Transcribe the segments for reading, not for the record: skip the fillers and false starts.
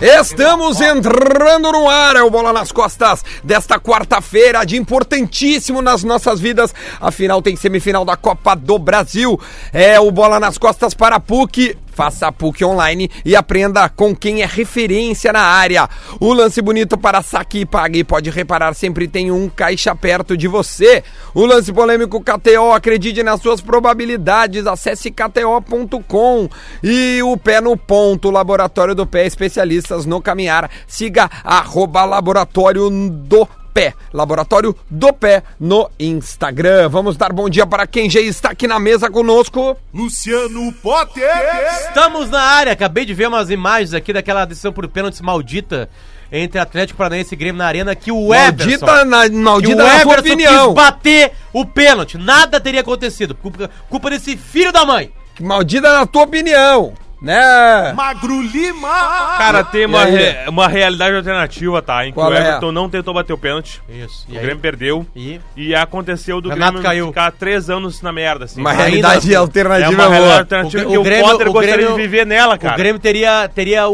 Estamos entrando no ar, é o Bola nas Costas desta quarta-feira, dia importantíssimo nas nossas vidas. Afinal, tem semifinal da Copa do Brasil. É o Bola nas Costas para a PUC. Faça a PUC online e aprenda com quem é referência na área. O lance bonito para saque e pague. Pode reparar, sempre tem um caixa perto de você. O lance polêmico KTO, acredite nas suas probabilidades. Acesse kto.com. E o Pé no Ponto, Laboratório do Pé, especialistas no caminhar. Siga @Laboratório do Pé, Laboratório do Pé no Instagram. Vamos dar bom dia para quem já está aqui na mesa conosco. Luciano Potter. Estamos na área, acabei de ver umas imagens aqui daquela decisão por pênaltis maldita entre Atlético Paranaense e Grêmio na Arena, que o Everson, maldita na tua opinião, quis bater o pênalti, nada teria acontecido, culpa desse filho da mãe. Maldita na tua opinião, né? Magro Lima. Cara, tem uma realidade alternativa, tá? Em que Qual o Everton é? não tentou bater o pênalti. Isso. O Grêmio perdeu. E aconteceu do Renato Grêmio caiu. ficar 3 anos na merda, assim. Uma realidade alternativa uma realidade boa. alternativa O que o Grêmio- Potter o gostaria Grêmio- de viver nela, cara. O Grêmio teria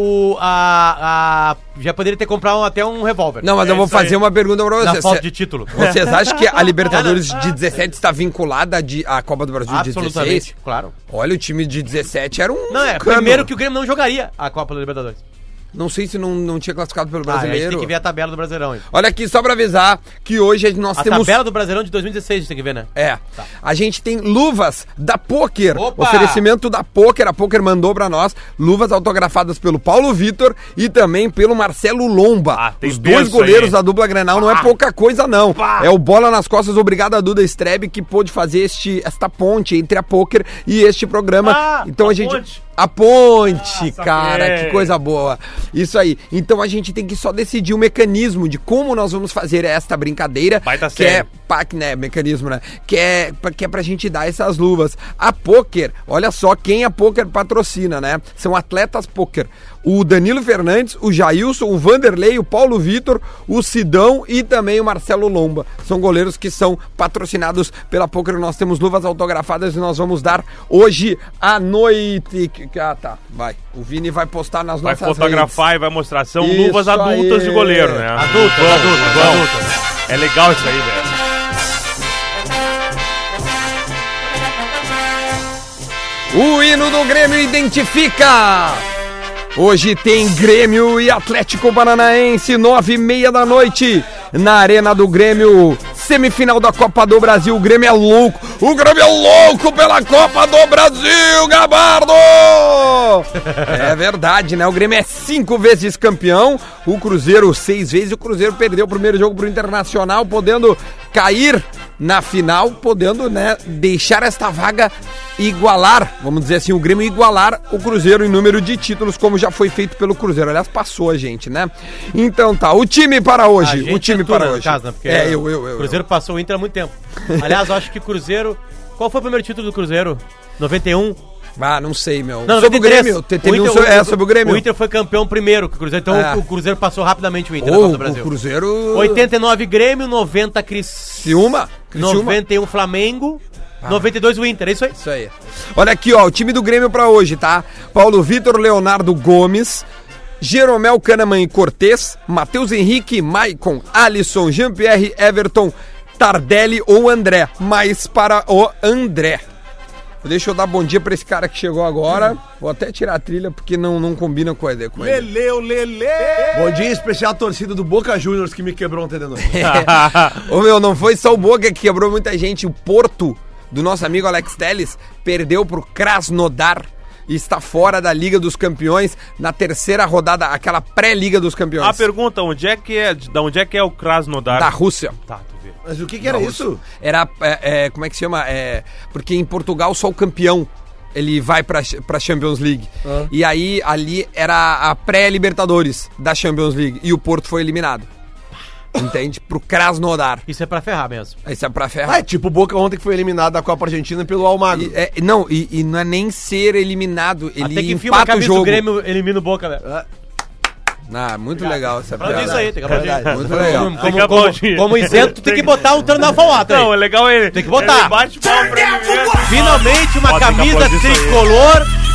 já poderia ter comprado até um revólver. Não, mas eu vou isso aí. fazer uma pergunta pra Na vocês. falta de título. Vocês acham que a Libertadores de 17 está vinculada à Copa do Brasil de 16? Absolutamente, claro. Olha, o time de 17 era um Não, é cano. primeiro que o Grêmio não jogaria a Copa da Libertadores. Não sei se não tinha classificado pelo A gente brasileiro. tem que ver a tabela do Brasileirão. Hein? Olha aqui, só pra avisar que hoje nós A temos... tabela do Brasileirão de 2016 a gente tem que ver, né? É, a gente tem luvas da Poker, Opa! oferecimento da Poker, a Poker mandou pra nós luvas autografadas pelo Paulo Vitor e também pelo Marcelo Lomba. Ah, tem Os dois peso goleiros aí. da dupla Grenal, não é pouca coisa não. É o Bola nas Costas, obrigado a Duda Strebe que pôde fazer esta ponte entre a Poker e este programa. Então a gente... ponte. A ponte, Nossa, cara, que coisa boa. Isso aí. Então a gente tem que só decidir o mecanismo de como nós vamos fazer esta brincadeira. Baita que é sério. mecanismo, né? Que é pra gente dar essas luvas. A Poker, olha só quem a Poker patrocina, né? São atletas Poker. O Danilo Fernandes, o Jailson, o Vanderlei, o Paulo Vitor, o Sidão e também o Marcelo Lomba. São goleiros que são patrocinados pela Poker. Nós temos luvas autografadas e nós vamos dar hoje à noite. Ah, tá. Vai. O Vini vai postar nas Vai nossas fotografar e vai mostrar. São Isso luvas adultas aí. de goleiro, né? Adultas. É legal isso aí, velho. O hino do Grêmio identifica. Hoje tem Grêmio e Atlético Paranaense, 9h30 da noite, na Arena do Grêmio, semifinal da Copa do Brasil. O Grêmio é louco, o Grêmio é louco pela Copa do Brasil, Gabardo! É verdade, né? O Grêmio é 5 vezes campeão, o Cruzeiro 6 vezes, o Cruzeiro perdeu o primeiro jogo pro Internacional, podendo cair na final, podendo, né, deixar esta vaga igualar, vamos dizer assim, o Grêmio igualar o Cruzeiro em número de títulos, como já foi feito pelo Cruzeiro. Aliás, passou a gente, né? Então tá, o time para hoje. O time para hoje. Caso, né? Porque eu. O Cruzeiro passou o Inter há muito tempo. Aliás, eu acho que o Cruzeiro... Qual foi o primeiro título do Cruzeiro? 91? Ah, não sei, meu. Não, sobre 93. o Grêmio. Teve sobre o Grêmio. O Inter foi campeão primeiro que o Cruzeiro. Então o Cruzeiro passou rapidamente o Inter na Copa do Brasil. O Cruzeiro... 89 Grêmio, 90 Criciúma, 91 Flamengo, 92 o Inter, é isso aí? Isso aí. Olha aqui, ó, o time do Grêmio pra hoje, tá? Paulo Vitor, Leonardo Gomes, Jeromel, Kahneman e Cortez, Matheus Henrique, Maicon, Alisson, Jean-Pierre, Everton, Tardelli ou André. Mas para o André. Deixa eu dar bom dia pra esse cara que chegou agora. Vou até tirar a trilha porque não combina com ele. Lele. Bom dia especial à torcida do Boca Juniors que me quebrou ontem de noite. Ô meu, não foi só o Boca que quebrou muita gente. O Porto, do nosso amigo Alex Telles, perdeu pro Krasnodar e está fora da Liga dos Campeões na terceira rodada, aquela pré-Liga dos Campeões. A pergunta, de onde é que é o Krasnodar? Da Rússia. Tá, tu vê. Mas o que era isso? Era, como é que se chama? Porque em Portugal só o campeão ele vai pra Champions League. E aí ali era a pré-Libertadores da Champions League e o Porto foi eliminado. Entende? Pro Krasnodar. Isso é pra ferrar mesmo. Isso é pra ferrar. É tipo o Boca ontem que foi eliminado da Copa Argentina pelo Almagro. E não é nem ser eliminado, ele Até que enfim uma empata o camisa do jogo. Grêmio elimina o Boca, né? Muito legal essa Fala disso aí, tem que verdade, muito legal. Como isento, tu tem que botar um turno da falata aí. Não, é legal ele. Tem que botar. Ele bate palma pra ele mesmo. Finalmente uma Ó, tem que camisa aplaudir isso aí. tricolor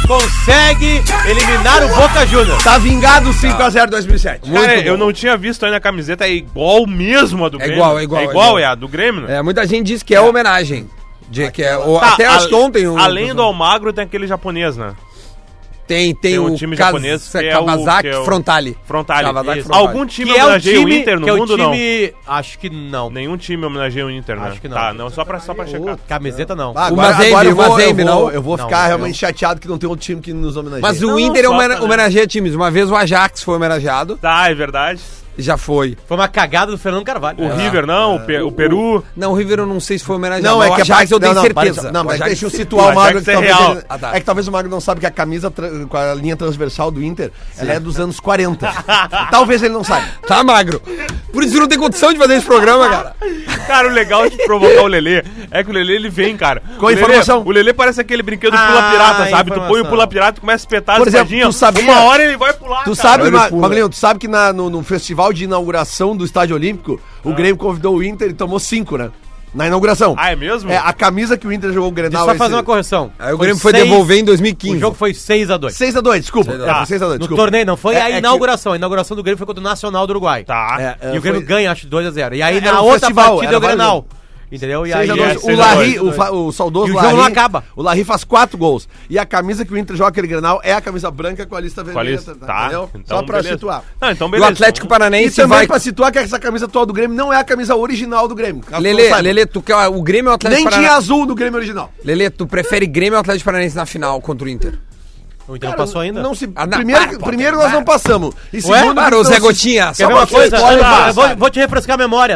consegue eliminar o Boca Juniors. Tá vingado 5x0 2007. Cara, eu não tinha visto ainda a camiseta, é igual mesmo a do Grêmio. É igual. É igual, é a do Grêmio, né? Muita gente diz que é homenagem. Até acho que ontem... Além do Almagro, tem aquele japonês, né? Tem um time japonês que é o Kawasaki que é o- Frontale. Frontale. Kawasaki Isso. Frontale. Algum time Que é o homenageia o time... Inter no que é o mundo, não? time... Acho que não. Nenhum time homenageia o Inter, né? Acho que não. Tá, não, só pra checar. Camiseta não. Ah, O Mazembe, não? Eu vou Não, ficar não. realmente chateado que não tem outro time que nos homenageia. Mas o Não, Inter só pra- homenageia times. Uma vez o Ajax foi homenageado. Tá, é verdade. Já foi. Foi uma cagada do Fernando Carvalho. O River não, o Peru. Não, o River eu não sei se foi homenageado. Não, mas é o que Ajax eu tenho não, certeza. Não, O mas Ajax- deixa eu situar o o Magro Ajax que é talvez real. ele- Ah, tá. É que talvez o Magro não sabe que a camisa com a linha transversal do Inter, ela é dos anos 40. Talvez ele não saiba. Tá magro. Por isso não tem condição de fazer esse programa, cara. Cara, o legal de provocar o Lelê é que o Lelê ele vem, cara. Com a O Lelê- informação. O Lelê parece aquele brinquedo Ah, pula-pirata, sabe? Tu põe o informação. pula-pirata, começa a espetar Por as exemplo, espadinhas, tu sabia- uma hora ele vai pular, Tu cara. sabe, ele pula. Maglinho, tu sabe que no festival de inauguração do Estádio Olímpico, o Grêmio convidou o Inter e tomou 5, né? Na inauguração. Ah, é mesmo? É, a camisa que o Inter jogou o Deixa Grenal... eu só fazer uma correção. Aí o Grêmio foi devolver em 2015. O jogo foi 6x2. 6x2, desculpa. 6x2. É, foi 6x2, No desculpa. torneio, não foi É a que- inauguração. A inauguração do Grêmio foi contra o Nacional do Uruguai. Tá. E o Grêmio foi- ganha, acho, 2x0. E aí Era na um outra festival, partida era é o vários Grenal. Entendeu? E aí... 6x2. 6x2. O Larry, o saudoso E o Larry... jogo não acaba. O Larry faz 4 gols. E a camisa que o Inter joga aquele Grenal é a camisa branca com a lista Com a vermelha. lista. Tá. Entendeu? Então, Só pra beleza. situar. Não, então E o beleza. Atlético E Paranaense também vai... pra situar que essa camisa atual do Grêmio não é a camisa original do Grêmio. caso tu não saiba. Lelê, tu quer o Grêmio ou o Atlético Nem tinha Paranaense? azul do Grêmio original. Lelê, tu prefere Grêmio ou Atlético Paranaense na final contra o Inter? O Inter não passou ainda? Não se... Ah, não, primeiro para, primeiro para. nós não passamos. E Para, o não Zé se- Gotinha. Quer Só ver uma pra coisa? spoiler, Eu vai. vou te refrescar a memória.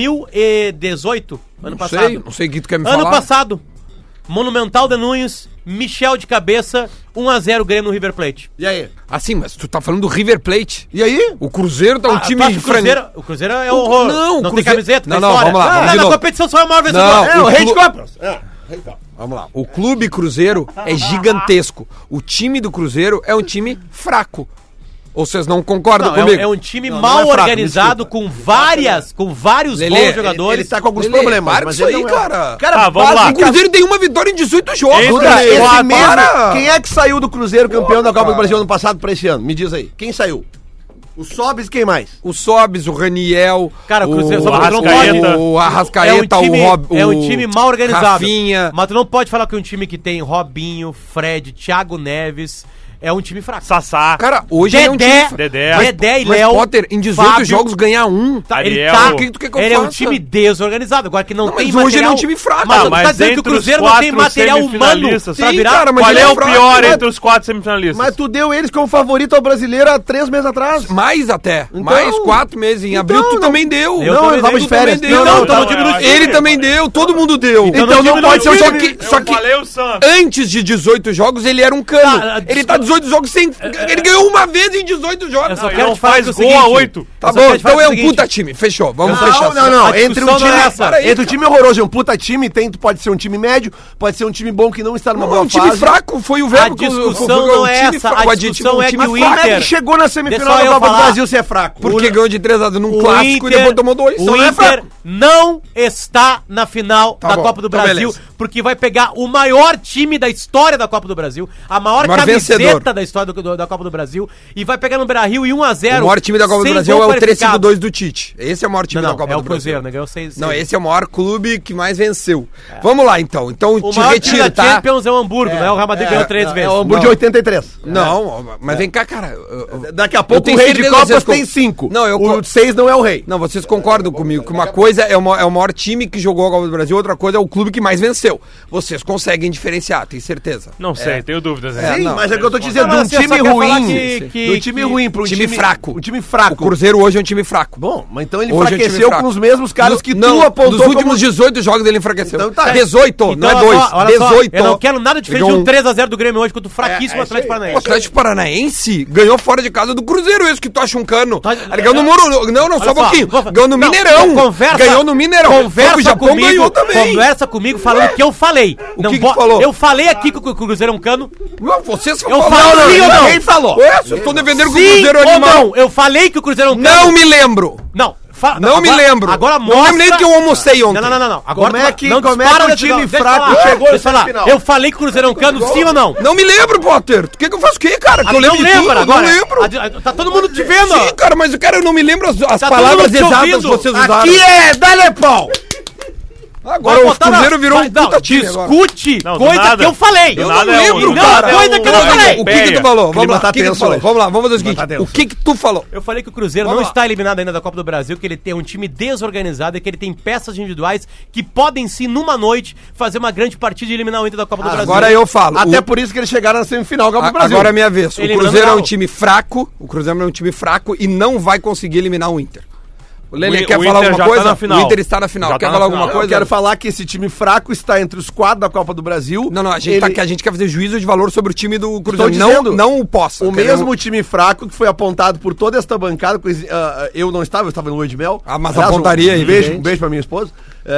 2018, ano passado. Não sei o que tu quer me Ano falar. passado, Monumental de Nunes, Michel de cabeça, 1x0 Grêmio no River Plate. E aí? Assim, mas tu tá falando do River Plate. E aí? O Cruzeiro tá um time... Tu acha que o Cruzeiro é O- horror. não, o tem Cruzeiro- camiseta, Não, tem não, história. vamos lá, vamos de Na novo. competição só é o maior vencedor. Não, É, o o rei de clu- compras. Vamos lá. O Clube Cruzeiro é gigantesco. O time do Cruzeiro é um time fraco. Ou vocês não concordam Não, comigo? é um time Não, mal não é fraco, organizado, com vários Lelê, bons jogadores. Ele tá com alguns Lelê, problemas. para com mas isso ele aí, não é. cara. Cara, Tá, vamos lá. O Cruzeiro tem uma vitória em 18 jogos. Esse Duda, Lelê. esse Para. mesmo, quem é que saiu do Cruzeiro campeão da Copa cara. do Brasil ano passado pra esse ano? Me diz aí. Quem saiu? O Sobis e quem mais? O Sobis, o Raniel, Cara, o Cruzeiro só Arrascaeta. não pode. o Arrascaeta, é um time mal organizado. Rafinha. Mas tu não pode falar que é um time que tem Robinho, Fred, Thiago Neves. É um time fraco. Sassá. Cara, hoje ele é um Dedé, time... Dedé. Dedé e Mas, Léo. Potter, em 18 Fábio. jogos ganhar um. Tá, ele Ariel. tá. O que tu quer que eu ele é um faça? time desorganizado. Agora que não, Não, tem mas hoje ele é um time fraco. Mas Ah, tu tá dizendo que o entre Cruzeiro os não tem 4 material humano semifinalistas, pra tem, virar. cara, mas Qual ele é é o fraco, pior né? entre os 4 semifinalistas? Mas tu deu eles como favorito ao brasileiro há 3 meses atrás. Mais até. Então- Mais 4 meses. Em abril tu não- também deu. Eu não, também ele tava dei, de tu férias. também deu. Não, Então não diminui o time. Ele também deu, todo mundo deu. Então Então não pode ser o Só time... que, só que Valeu, Sam. antes de 18 jogos ele era um cano. Tá, Ele tá 18 jogos sem... Ele ganhou uma vez em 18 jogos. Eu só Ele quero não te falar faz que é o gol seguinte, a 8. Tá eu só bom, quero te falar então é o um seguinte, puta time. Fechou, vamos fechar. Não. A Entre um discussão time, não é essa. Para aí, entre um time horroroso e um puta time, pode ser um time médio, pode ser um time bom que não está numa Não, é boa um time fase. fraco, foi o A verbo que discussão foi não um é time essa, fraco, a adjetivo, discussão um é time que o Como é Inter- que chegou na semifinal Deixa da eu Copa do falar. Brasil se é fraco? Porque ganhou de 3x0 num O clássico e depois tomou 2. O Então não é Inter fraco. não está na final Tá da bom, Copa do então Brasil, beleza. porque vai pegar o maior time da história da Copa do Brasil, a maior Maior camiseta vencedor. da história da Copa do Brasil, e vai pegar no Beira-Rio e 1x0. O maior time da Copa do sem Brasil gol é o qualificado. 3-5-2 do Tite. Esse é o maior time Não, da Copa é do o Cruzeiro, Brasil. né? Ganhou 6. Não, esse é o maior clube que mais venceu. Vamos lá, então. Então O te maior time retiro, da tá? Champions é o Hamburgo, né? O Real Madrid ganhou 3 vezes. É o Hamburgo de Não. 83. Não, mas vem cá, cara. Daqui a Eu pouco tenho o rei de certeza Copas vocês tem com- 5. Não, eu O 6 não é o rei. Não, vocês concordam comigo que uma coisa é o maior time que jogou a Copa do Brasil, outra coisa é o clube que mais venceu. Vocês conseguem diferenciar, tenho certeza. Não sei, tenho dúvidas. Sim, não. mas é que eu tô te dizendo, Não, de um mas eu time só quero falar ruim, que- do time ruim pro time fraco. Um time O fraco. Cruzeiro hoje é um time fraco. Bom, mas então ele Hoje é um time enfraqueceu fraco. com os mesmos caras que não, tu apontou Nos últimos como... 18 jogos ele enfraqueceu. Então tá. 18, não é 2. olha só, 18. eu não quero nada diferente de Ganhou um 3x0 do Grêmio hoje contra o fraquíssimo É, é Atlético isso aí. O Paranaense. Atlético Paranaense ganhou fora de casa do Cruzeiro, isso que tu acha um cano. Tá- Ele ganhou no Muro. Não, só Olha um pouquinho. só, Ganhou no não, Mineirão. conversa- Ganhou no Mineirão. Conversa o Japão comigo, ganhou também. Conversa comigo falando que eu falei. O que tu falou? Eu falei aqui que o Cruzeiro é um cano. Não, vocês Eu falaram. falei sim ou não? Quem falou? Ué, eu tô defendendo que o Sim Cruzeiro é ou animal. não? Eu falei que o Cruzeiro é um cano. Não me lembro. Não. Não me lembro. Agora Não mostra... lembro nem que eu almocei ontem. Não. Agora Como é que- não como é dispara que o desse time negócio. Deixa eu fraco falar. chegou Deixa eu na falar. semifinal? Eu falei que o Cruzeiro é um cano, sim ou não? Não me lembro, Potter. Tu quer que eu faça o quê, cara? Que eu Não lembro de tudo? lembra agora? Não lembro. Tá todo mundo te vendo, ó. Sim, cara, mas cara, eu não me lembro as Tá todo palavras mundo te exatas ouvindo. que vocês usaram. Aqui é Dale Pau! Agora Vai o botar Cruzeiro na- virou vai- um puta não, time agora. Discute Não, do coisa nada. que eu falei. Do Eu nada não é lembro, um- Não, cara. coisa que eu não falei. O que tu falou? Vamos Clima lá, tá o que tu tenso falou? hoje. Vamos lá, vamos fazer o seguinte. tá tenso. O que tu falou? Eu falei que o Cruzeiro Vamos não lá. está eliminado ainda da Copa do Brasil, que ele tem um time desorganizado e que ele tem peças individuais que podem sim, numa noite, fazer uma grande partida e eliminar o Inter da Copa do Brasil. Agora eu falo. Até por isso que eles chegaram na semifinal da Copa do Brasil. Agora é minha vez. O Eliminando Cruzeiro é um Galo. time fraco. O Cruzeiro é um time fraco e não vai conseguir eliminar o Inter. O Lelê O quer Inter falar já alguma tá coisa? na final. O Inter está na final. Já Quer tá falar na alguma final. coisa? Eu quero falar que esse time fraco está entre os 4 da Copa do Brasil. Não, a gente, a gente quer fazer juízo de valor sobre o time do Estou Cruzeiro. dizendo, Não o possa. O mesmo time fraco que foi apontado por toda esta bancada. Eu não estava, eu estava no Lua de Mel. Ah, mas a pontaria, um evidente. beijo pra minha esposa.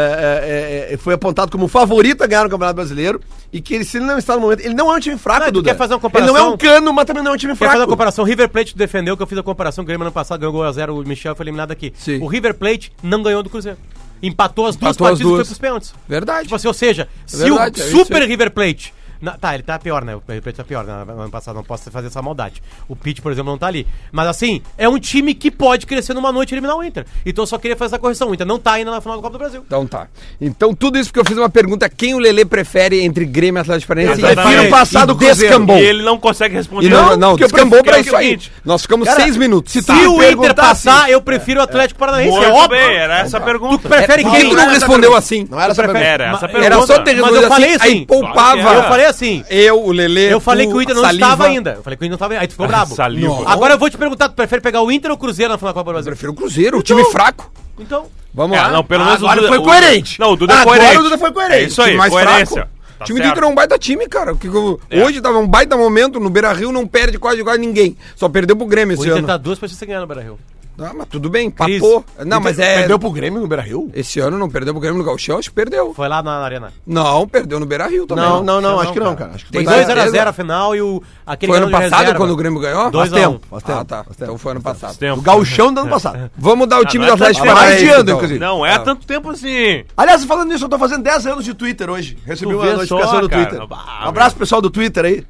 Foi apontado como favorito a ganhar no Campeonato Brasileiro. E que ele, se ele não está no momento. Ele não é um time fraco, Não, tu Duda. quer fazer uma Ele comparação? não é um cano, mas também não é um time Quer fazer fraco. a comparação? O River Plate defendeu que eu fiz a comparação. O Grêmio ano passado ganhou 1-0, o Michel foi eliminado aqui. Sim. O River Plate não ganhou do Cruzeiro. Empatou as duas Empatou as partidas e foi duas. pros pênaltis. Verdade. Tipo assim, ou seja, se verdade, o é isso Super aí. River Plate... tá, ele tá pior, né? O River Plate tá pior, né? No ano passado não posso fazer essa maldade. O Pitt, por exemplo, não tá ali. Mas assim, é um time que pode crescer numa noite e eliminar o Inter. Então eu só queria fazer essa correção. O Inter não tá ainda na final da Copa do Brasil. Então tá. Então tudo isso porque eu fiz uma pergunta: quem o Lelê prefere entre Grêmio e Atlético Paranaense? Exatamente. E Prefiro passar do Cruzeiro. descambou. E ele não consegue responder. E não, porque eu descambou prefiro- pra isso que é o aí. seguinte, Nós ficamos cara, 6 minutos. se Se o Inter perguntar passar, assim, eu prefiro o Atlético Paranaense. Muito É óbvio. bem, era essa a pergunta. Tu prefere Por que quem? tu não respondeu assim? Não era Tu prefere- Era essa a Era Era pergunta. só ter Mas respondido eu falei assim, aí assim. poupava. Claro que Eu falei assim. Eu, o Lelê. Eu falei tu, que o Inter não Saliva. estava ainda. Eu falei que o Inter não estava ainda. Aí tu ficou brabo. Saliva. Não. Agora eu vou te perguntar, tu prefere pegar o Inter ou o Cruzeiro na final da Copa do Eu Brasil? prefiro o Cruzeiro, o time fraco. Então, Vamos lá. Não, pelo menos Agora o Duda foi coerente. Não, o Duda é Agora coerente. o Duda foi coerente. É isso aí, time mais coerência. fraco. Tá O time do certo. Inter é um baita time, cara. Hoje tava um baita momento, no Beira-Rio não perde quase ninguém. Só perdeu pro Grêmio o esse Inter ano. tá 2 partidas sem ganhar no Beira-Rio. Ah, mas tudo bem, Crise. papou. Não, mas é... Perdeu pro Grêmio no Beira-Rio? Esse ano não perdeu pro Grêmio no Gauchão, acho que perdeu. Foi lá na Arena. Não, perdeu no Beira-Rio também. Não, acho que não, cara. Acho que Tem foi 2-0 a final e o... Aquele Foi ano ganhou de passado reserva. quando o Grêmio ganhou? 2 Faz a 1. tempo. Faz tempo. Ah, tá. Então foi ano passado. Tempo. o gauchão do ano passado. Vamos dar o time não do é Atlético tanto tempo. Paranaense. Mais de ano, então. inclusive. Não é tanto tempo assim. Aliás, falando nisso, eu tô fazendo 10 anos de Twitter hoje. Recebi Tu uma vê notificação só, do cara. Twitter. Ah, Um abraço pro pessoal do Twitter aí.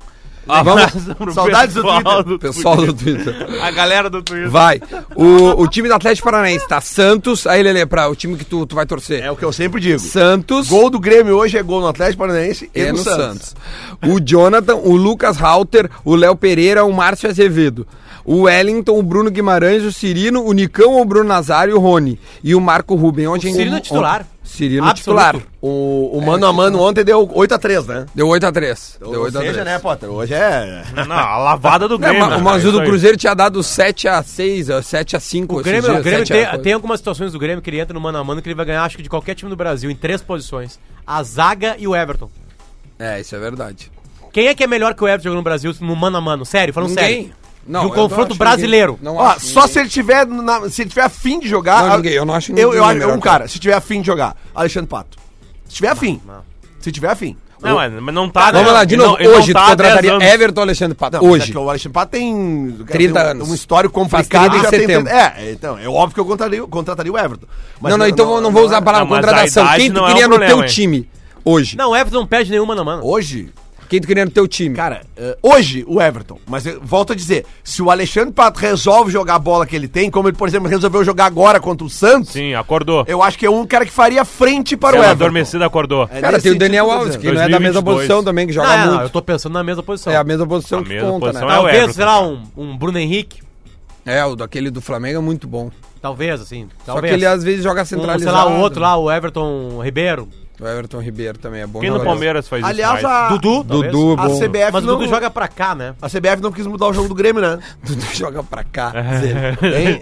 Pro Saudades do pessoal Twitter. Pessoal do Twitter. A galera do Twitter. Vai. O time do Atlético Paranaense tá Santos. Aí, Lelê, o time que tu vai torcer. É o que eu sempre digo. Santos. Gol do Grêmio hoje é gol no Atlético Paranaense e E no no Santos. Santos. O Jonathan, o Lucas Rauter, o Léo Pereira, o Márcio Azevedo. O Wellington, o Bruno Guimarães, o Cirino, o Nicão, o Bruno Nazário e o Rony. E o Marco Ruben. Onde O Cirino é titular. Cirino Absoluto. titular. O mano a mano ontem deu 8-3, né? Deu 8-3. Deu Ou 8-3. seja, né, Potter? Hoje é... Não, a lavada do Não, Grêmio. mas né? o Isso do aí. Cruzeiro tinha dado 7-6, 7-5. O Grêmio, tem algumas situações do Grêmio que ele entra no mano a mano que ele vai ganhar, acho que de qualquer time do Brasil, em 3 posições. A zaga e o Everton. É, isso é verdade. Quem é que é melhor que o Everton jogando no Brasil no mano a mano? Sério, falando sério. Não, De um eu não confronto acho brasileiro. ninguém. Não Ó, acho só ninguém. se ele tiver se ele tiver afim de jogar... Não, ninguém, eu não acho ninguém Eu acho melhor um cara, se tiver afim de jogar, Alexandre Pato. Se tiver afim. Se tiver afim. Não, mas não tá. Vamos né? lá, de Ele novo. não- ele não Hoje, tá tu há 10 contrataria anos. Everton ou Alexandre Pato? Não, mas é Hoje. que o Alexandre Pato tem 30 tem anos. um histórico Faz complicado 30 em já tem setembro. então, é óbvio que eu contrataria o Everton. Mas Não, então não vou usar a palavra não, mas contratação. a idade Quem tu não é queria um no problema, teu hein? time hoje? Não, o Everton não perde nenhuma mano a mano. Hoje, Quem tu queria no teu time? cara, hoje o Everton, mas eu volto a dizer, se o Alexandre Pato resolve jogar a bola que ele tem, como ele, por exemplo, resolveu jogar agora contra o Santos, Sim, acordou. eu acho que é um cara que faria frente para o Ela Everton. adormecida acordou. É Cara, nesse tem o sentido Daniel que eu tô Alves, dizendo. que não é da mesma 2022. posição também, que joga Não, muito. eu tô pensando na mesma posição. É a mesma posição A que mesma conta, posição né? é o Talvez, Everton, sei lá, um Bruno Henrique. É, o daquele do Flamengo é muito bom. Talvez, assim. Só Talvez. que ele às vezes joga sei centralizado. lá, o outro lá, o Everton Ribeiro. O Everton Ribeiro também é bom. Quem no jogador. Palmeiras faz Aliás, isso mais? a Dudu, talvez. Dudu é a bom. CBF Mas o não, Dudu joga pra cá, né? a CBF não quis mudar o jogo do Grêmio, né? Dudu joga pra cá. Hein?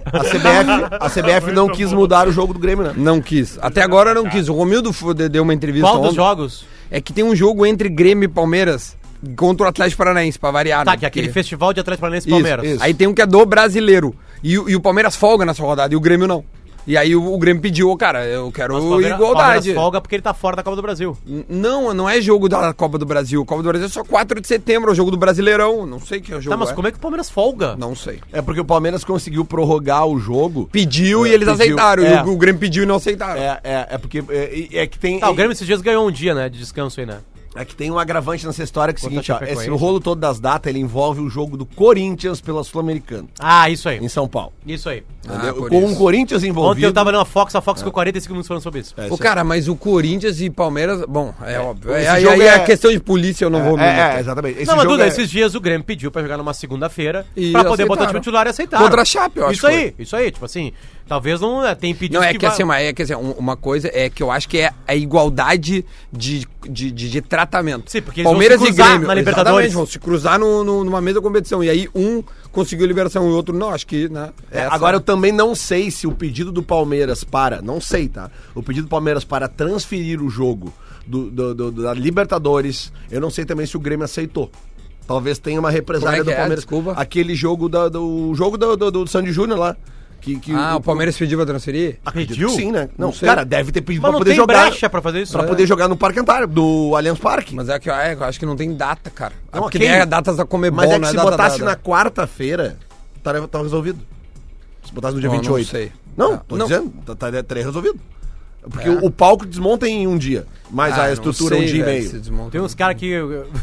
A CBF não quis mudar o jogo do Grêmio, né? Não quis. Até agora não quis. O Romildo deu uma entrevista Qual dos ontem. jogos? É que tem um jogo entre Grêmio e Palmeiras contra o Atlético Paranaense, pra variar. Tá, né? que é aquele Porque- festival de Atlético Paranaense e Isso, Palmeiras. isso. Aí tem um que é do brasileiro. E o Palmeiras folga nessa rodada e o Grêmio não. E aí o Grêmio pediu, cara, eu quero Palmeiras igualdade. folga porque ele tá fora da Copa do Brasil. Não é jogo da Copa do Brasil. Copa do Brasil é só 4 de setembro, é o jogo do Brasileirão. Não sei que é o jogo. Tá, mas como é que o Palmeiras folga? Não sei. É porque o Palmeiras conseguiu prorrogar o jogo. Pediu e eles pediu, aceitaram. é. E o Grêmio pediu e não aceitaram. É porque é que tem. Tá, o Grêmio esses dias ganhou um dia, né, de descanso aí, né? É que tem um agravante nessa história que é o seguinte, ó, Chapecoense. esse rolo todo das datas, ele envolve o jogo do Corinthians pela Sul-Americana, Ah, isso aí. em São Paulo. Isso aí. Ah, por Com isso. o Corinthians envolvido. Ontem eu tava lendo a Fox ficou 45 minutos falando sobre isso. É, Ô, cara, mas o Corinthians e Palmeiras, bom, é óbvio. esse Aí jogo é questão de polícia, eu não vou me meter. exatamente. Esse Não, mas jogo Duda, é- esses dias o Grêmio pediu pra jogar numa segunda-feira E pra poder botar o aceitaram. time titular e aceitar. Contra a Chape, eu acho Isso que aí, isso aí. Tipo assim, talvez não tem pedido Não, é que assim, uma coisa é que eu acho que é a igualdade de tratamento. Sim, porque eles vão se cruzar na Libertadores. exatamente, vão se cruzar numa mesma competição. E aí um conseguiu liberação e o outro não, acho que, né? Agora eu também não sei se o pedido do Palmeiras não sei, tá? O pedido do Palmeiras para transferir o jogo da Libertadores, eu não sei também se o Grêmio aceitou. Talvez tenha uma represália Como é que do Palmeiras. Desculpa. Aquele jogo do Sandy Júnior lá. O Palmeiras pediu pra transferir? Acredito Pediu? que sim, né? Não, sei. cara, deve ter pedido Mas pra não poder tem jogar. brecha pra fazer isso. Pra né? poder jogar no Parque Antártico, do Allianz Parque. Mas é que eu acho que não tem data, cara. Não, Porque ok. nem é datas da Comebol, Mas é que não se data botasse da- na quarta-feira, tá resolvido. Se botasse no dia Bom, 28. não sei. Não, Ah, tô não. dizendo, estaria resolvido. Porque É. o palco desmonta em um dia, mas a não estrutura sei, um dia e velho, meio. se desmonta. Tem uns caras que...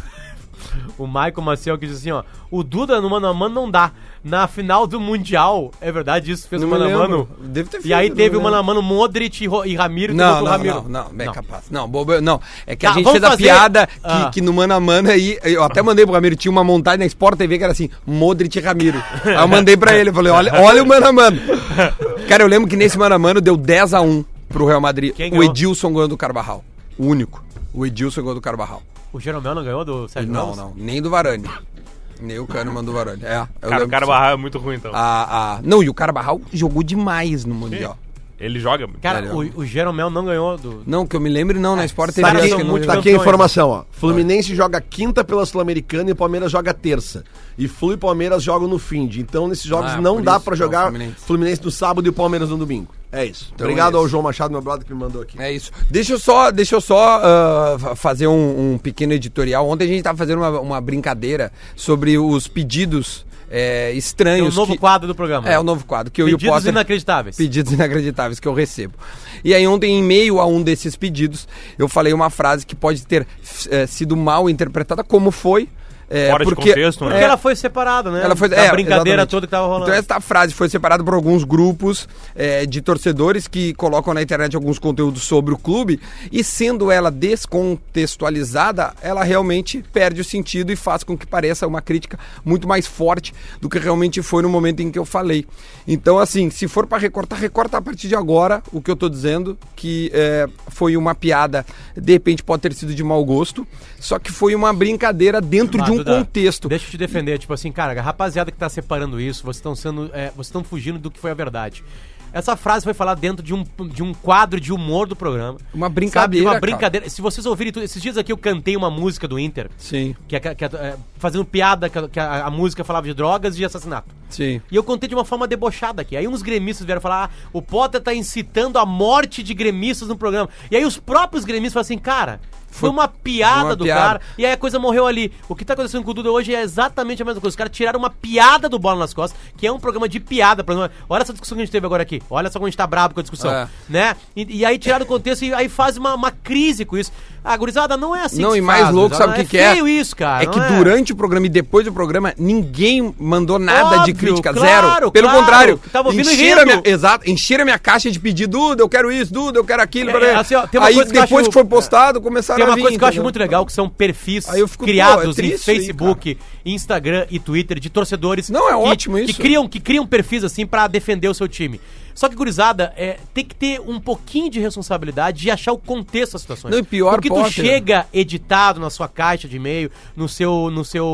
O Michael Maciel que diz assim, ó, o Duda no Mano a Mano não dá. Na final do Mundial, é verdade isso, fez Não o me Mano a lembro. Mano. Deve ter E aí feito, teve não o Mano a lembro. Mano Modric e Ramiro. Não, o Ramiro. não, é capaz. Não, bobo, não. É que a Tá, gente vamos fez a fazer- piada Ah. que no Mano a Mano aí, eu até mandei pro Ramiro, tinha uma montagem na Sport TV que era assim, Modric e Ramiro. Aí eu mandei pra ele, eu falei, olha o Mano a Mano. Cara, eu lembro que nesse Mano a Mano deu 10-1 pro Real Madrid. Quem O ganhou? Edilson ganhou do Carvajal. O único. O Edilson ganhou do Carvajal. O Jeromel não ganhou do Sérgio Ramos? Não. Nem do Varane. Nem o Kahneman do Varane. Cara, o lembro cara disso. Barra é muito ruim, então. Não, e o Carvajal jogou demais no Mundial. Ele joga muito. Cara, Sério? o Jeromel não ganhou do... Não, que eu me lembre não, na Sport TV. caras acho são que não muito jogou. Tá aqui a campeões, informação, ó. Fluminense joga quinta pela Sul-Americana e o Palmeiras joga terça. E Flu e Palmeiras jogam no fim de. Então, nesses jogos Ah, não por dá isso, pra então, jogar Fluminense. Fluminense no sábado e o Palmeiras no domingo. É isso. Então Obrigado é ao isso. João Machado, meu brother, que me mandou aqui. É isso. Deixa eu só fazer um pequeno editorial. Ontem a gente tava fazendo uma brincadeira sobre os pedidos Tem estranhos. um novo quadro do programa. É, o novo quadro. Que eu e o Pedidos Potter... inacreditáveis. Pedidos inacreditáveis que eu recebo. E aí ontem, em meio a um desses pedidos, eu falei uma frase que pode ter sido mal interpretada, como foi. Fora de contexto, né? Porque ela foi separada, né? Ela foi, Da brincadeira exatamente. toda que tava rolando. Então essa frase foi separada por alguns grupos de torcedores que colocam na internet alguns conteúdos sobre o clube e sendo ela descontextualizada, ela realmente perde o sentido e faz com que pareça uma crítica muito mais forte do que realmente foi no momento em que eu falei. Então assim, se for para recortar, recorta a partir de agora o que eu tô dizendo, que foi uma piada, de repente pode ter sido de mau gosto, só que foi uma brincadeira dentro de um Duda, contexto. Deixa eu te defender, tipo assim, cara, a rapaziada que tá separando isso, vocês estão fugindo do que foi a verdade. Essa frase foi falada dentro de um quadro de humor do programa. Uma brincadeira, Sabe? Uma brincadeira. Se vocês ouvirem tudo, esses dias aqui eu cantei uma música do Inter, Sim, fazendo piada que a música falava de drogas e de assassinato. sim. E eu contei de uma forma debochada aqui. Aí uns gremistas vieram falar, o Potter tá incitando a morte de gremistas no programa. E aí os próprios gremistas falaram assim, cara, foi uma piada uma do piada. cara. E aí a coisa morreu ali. O que tá acontecendo com o Duda hoje é exatamente a mesma coisa. Os caras tiraram uma piada do Bola nas Costas, que é um programa de piada. Olha essa discussão que a gente teve agora aqui. Olha só como a gente tá brabo com a discussão. É. Né? E aí tiraram o contexto e aí faz uma crise com isso. Ah, gurizada, não é assim Não, que e se mais faz, louco, gurizada. sabe o que é? É feio isso, cara. É que não durante o programa e depois do programa, ninguém mandou nada de Óbvio, crítica, claro, zero. Pelo claro. contrário, Tava ouvindo e encheram a rindo. encheram a minha caixa de pedir, Duda, eu quero isso, Duda, eu quero aquilo. Assim, ó, tem uma aí coisa que eu depois acho- que foi postado, começaram Tem uma a vir. coisa que eu acho entendeu? muito legal, que são perfis Aí eu fico, criados pô, é em triste aí, Facebook, Instagram e Twitter de torcedores. Não, é que, ótimo isso. Que criam perfis assim pra defender o seu time. Só que, gurizada, tem que ter um pouquinho de responsabilidade e achar o contexto das situações. Não, e pior, porque tu Potter. chega editado na sua caixa de e-mail, no seu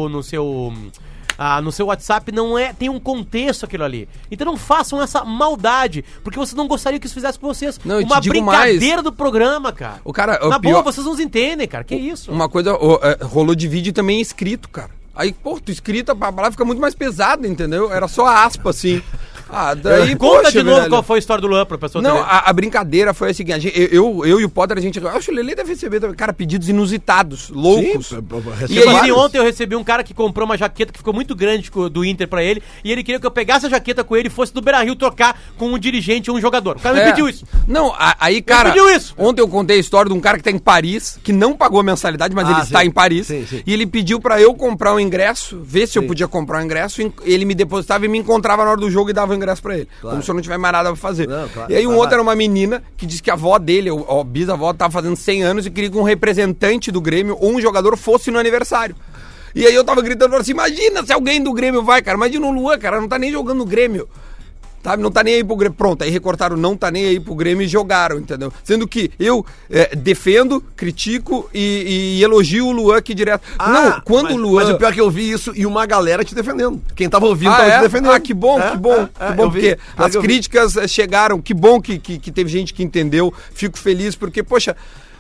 WhatsApp, tem um contexto aquilo ali. Então não façam essa maldade, porque vocês não gostariam que isso fizesse com vocês. Não, eu uma te digo brincadeira mais. do programa, cara. O cara, Na o pior- boa, vocês não entendem, cara. Que isso? Uma coisa, rolou de vídeo também escrito, cara. Aí, pô, tu escrito, a palavra fica muito mais pesada, entendeu? Era só aspa, assim. Ah, daí, Conta poxa, de novo velho. qual foi a história do Luan pra pessoa Não, ter- a brincadeira foi a seguinte, eu e o Potter, eu acho que o Lelê deve receber, cara, pedidos inusitados, loucos. Sim, E aí, Mas ontem eu recebi um cara que comprou uma jaqueta que ficou muito grande do Inter pra ele, e ele queria que eu pegasse a jaqueta com ele e fosse do Beira-Rio trocar com um dirigente ou um jogador. O cara me É. pediu isso. Não, aí, cara, pediu isso. ontem eu contei a história de um cara que tá em Paris, que não pagou a mensalidade, mas ele está sim. em Paris, Sim, sim. e ele pediu pra eu comprar um ingresso, ver se eu podia comprar um ingresso, ele me depositava e me encontrava na hora do jogo e dava o ingresso pra ele, como se eu não tivesse mais nada pra fazer. Não, claro, e aí um claro. outro era uma menina que disse que a avó dele, a bisavó, tava fazendo 100 anos e queria que um representante do Grêmio ou um jogador fosse no aniversário. E aí eu tava gritando assim, imagina se alguém do Grêmio vai, cara, imagina o Luan, cara, não tá nem jogando no Grêmio. Sabe, não tá nem aí pro Grêmio. Pronto, aí recortaram, não tá nem aí pro Grêmio e jogaram, entendeu? Sendo que eu defendo, critico e elogio o Luan aqui direto. Não, quando o Luan... Mas o pior é que eu vi isso e uma galera te defendendo. Quem tava ouvindo tava é? te defendendo. Ah, que bom, que bom, que bom, eu vi. porque Pior as que eu vi. críticas chegaram, que bom que teve gente que entendeu, fico feliz, porque, poxa,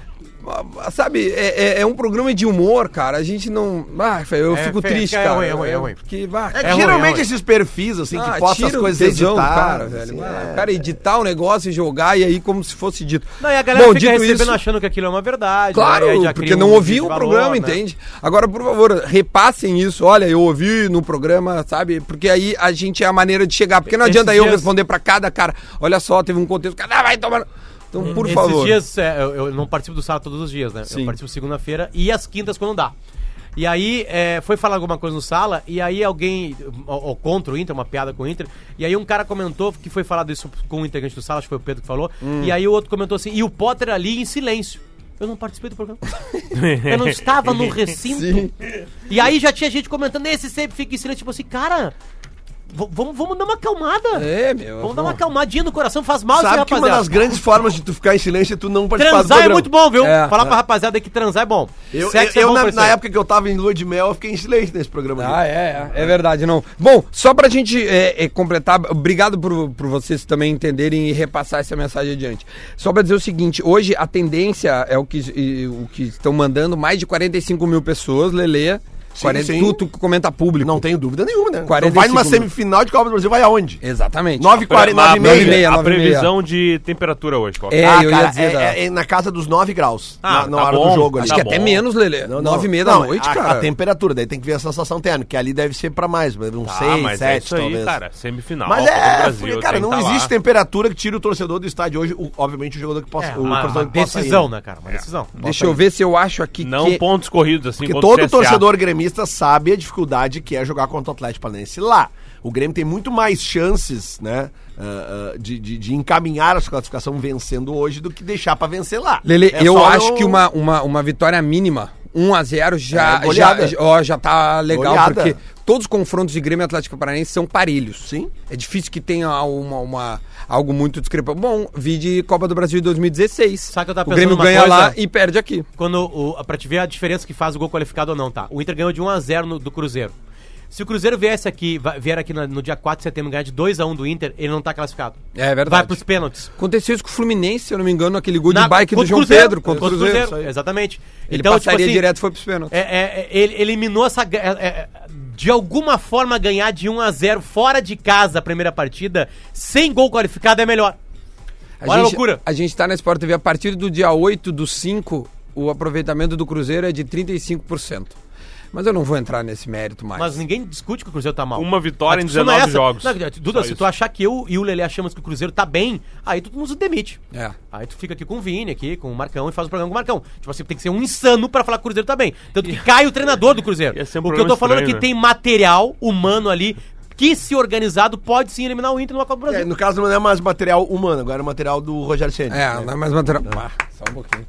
sabe, é um programa de humor, cara, a gente não... Ah, eu fico feio, triste, é cara. ruim. Porque, É que ruim, geralmente é ruim. esses perfis, assim, que postam as tira o coisas tesão do editadas. cara, velho. assim, Cara, editar o negócio e jogar, e aí como se fosse dito. Não, e a galera Bom, fica dito recebendo isso- achando que aquilo é uma verdade. Claro, né? E aí já porque cria não um ouviam o valor, programa, né? entende? Agora, por favor, repassem isso. Olha, eu ouvi no programa, sabe? Porque aí a gente é a maneira de chegar. Porque não Esses adianta eu dias- responder pra cada cara. Olha só, teve um contexto, cara, vai tomar... Então, por Esses favor. dias, eu não participo do Sala todos os dias, né? Sim. Eu participo segunda-feira e às quintas quando dá. E aí, foi falar alguma coisa no Sala, e aí alguém, ou contra o Inter, uma piada com o Inter, e aí um cara comentou que foi falado isso com o integrante do Sala, acho que foi o Pedro que falou, e aí o outro comentou assim, e o Potter ali em silêncio. Eu não participei do programa. Eu não estava no recinto. Sim. E aí já tinha gente comentando, esse sempre fica em silêncio, tipo assim, cara... Vamos dar uma acalmada. É, meu. Vamos dar uma acalmadinha no coração, faz mal, Sabe sim, que uma das grandes formas de tu ficar em silêncio é tu não participar do Transar é programa. muito bom, viu? É, Falar pra rapaziada aí que transar é bom. Sexo é Eu bom na, pra isso na aí. época que eu tava em lua de mel, eu fiquei em silêncio nesse programa. Ah, é verdade, não. Bom, só pra gente completar, obrigado por vocês também entenderem e repassar essa mensagem adiante. Só pra dizer o seguinte, hoje a tendência é o que estão mandando, mais de 45 mil pessoas, Lelê. Sim. Tu comenta público. Não tenho dúvida nenhuma, né? 45 Então vai numa mil. semifinal de Copa do Brasil, vai aonde? Exatamente. 9h40, 9h30. A 9h30. previsão de temperatura hoje, qual? É, Ah, eu ia cara, dizer. é na casa dos 9 graus Ah, na tá hora bom. do jogo. Acho ali. que Tá até bom. menos, Lelê. Não, 9h30 não, da noite, a cara. temperatura, daí tem que ver a sensação térmica, que ali deve ser pra mais, uns 6, Mas 7 é isso aí, talvez. cara. Semifinal, Mas Copa do é, Brasil, cara, tem não que tá lá. existe temperatura que tire o torcedor do estádio hoje, obviamente o jogador que possa, o Uma torcedor que possa decisão, ir, né, cara? Uma decisão. Deixa eu ver se eu acho aqui Não que... pontos corridos, assim, Porque contra o todo CSA. torcedor gremista sabe a dificuldade que é jogar contra o Atlético Paranaense lá. O Grêmio tem muito mais chances, né, de encaminhar a sua classificação vencendo hoje do que deixar pra vencer lá. Lelê, É eu só acho no- que uma vitória mínima, 1-0 É, goleada. já tá legal, Goleada. porque todos os confrontos de Grêmio e Atlético Paranaense são parelhos. Sim. É difícil que tenha algo muito discrepante. Bom, vi de Copa do Brasil de 2016. Sabe que eu tava O pensando Grêmio numa ganha coisa? lá e perde aqui. Pra te ver a diferença que faz o gol qualificado ou não, tá? O Inter ganhou de 1-0 do Cruzeiro. Se o Cruzeiro vier aqui no dia 4 de setembro e ganhar de 2-1 do Inter, ele não tá classificado. É verdade. Vai pros pênaltis. Aconteceu isso com o Fluminense, se eu não me engano, aquele gol de Na- bike do contra o João Cruzeiro, Pedro contra o Cruzeiro. Isso aí. Exatamente. Ele Então, passaria tipo assim, direto e foi pros pênaltis. ele eliminou essa... de alguma forma, ganhar de 1-0 fora de casa a primeira partida, sem gol qualificado, é melhor. Olha a loucura. A gente tá na Sport TV a partir do dia 8/5, o aproveitamento do Cruzeiro é de 35%. Mas eu não vou entrar nesse mérito mais. Mas ninguém discute que o Cruzeiro tá mal. Uma vitória A em discussão não é 19 essa. jogos. Não, Duda, Só se isso. tu achar que eu e o Lelê achamos que o Cruzeiro tá bem, aí tu nos demite. É. Aí tu fica aqui com o Vini, aqui, com o Marcão e faz o programa com o Marcão. Tipo assim, tem que ser um insano pra falar que o Cruzeiro tá bem. Tanto que cai o treinador do Cruzeiro. Ia ser um O que eu tô programa falando é que estranho, tem material humano ali que, se organizado, pode sim eliminar o Inter numa Copa do Brasil. No caso não é mais material humano, agora é material do Rogério Ceni. Não é mais material. Ah, só um pouquinho.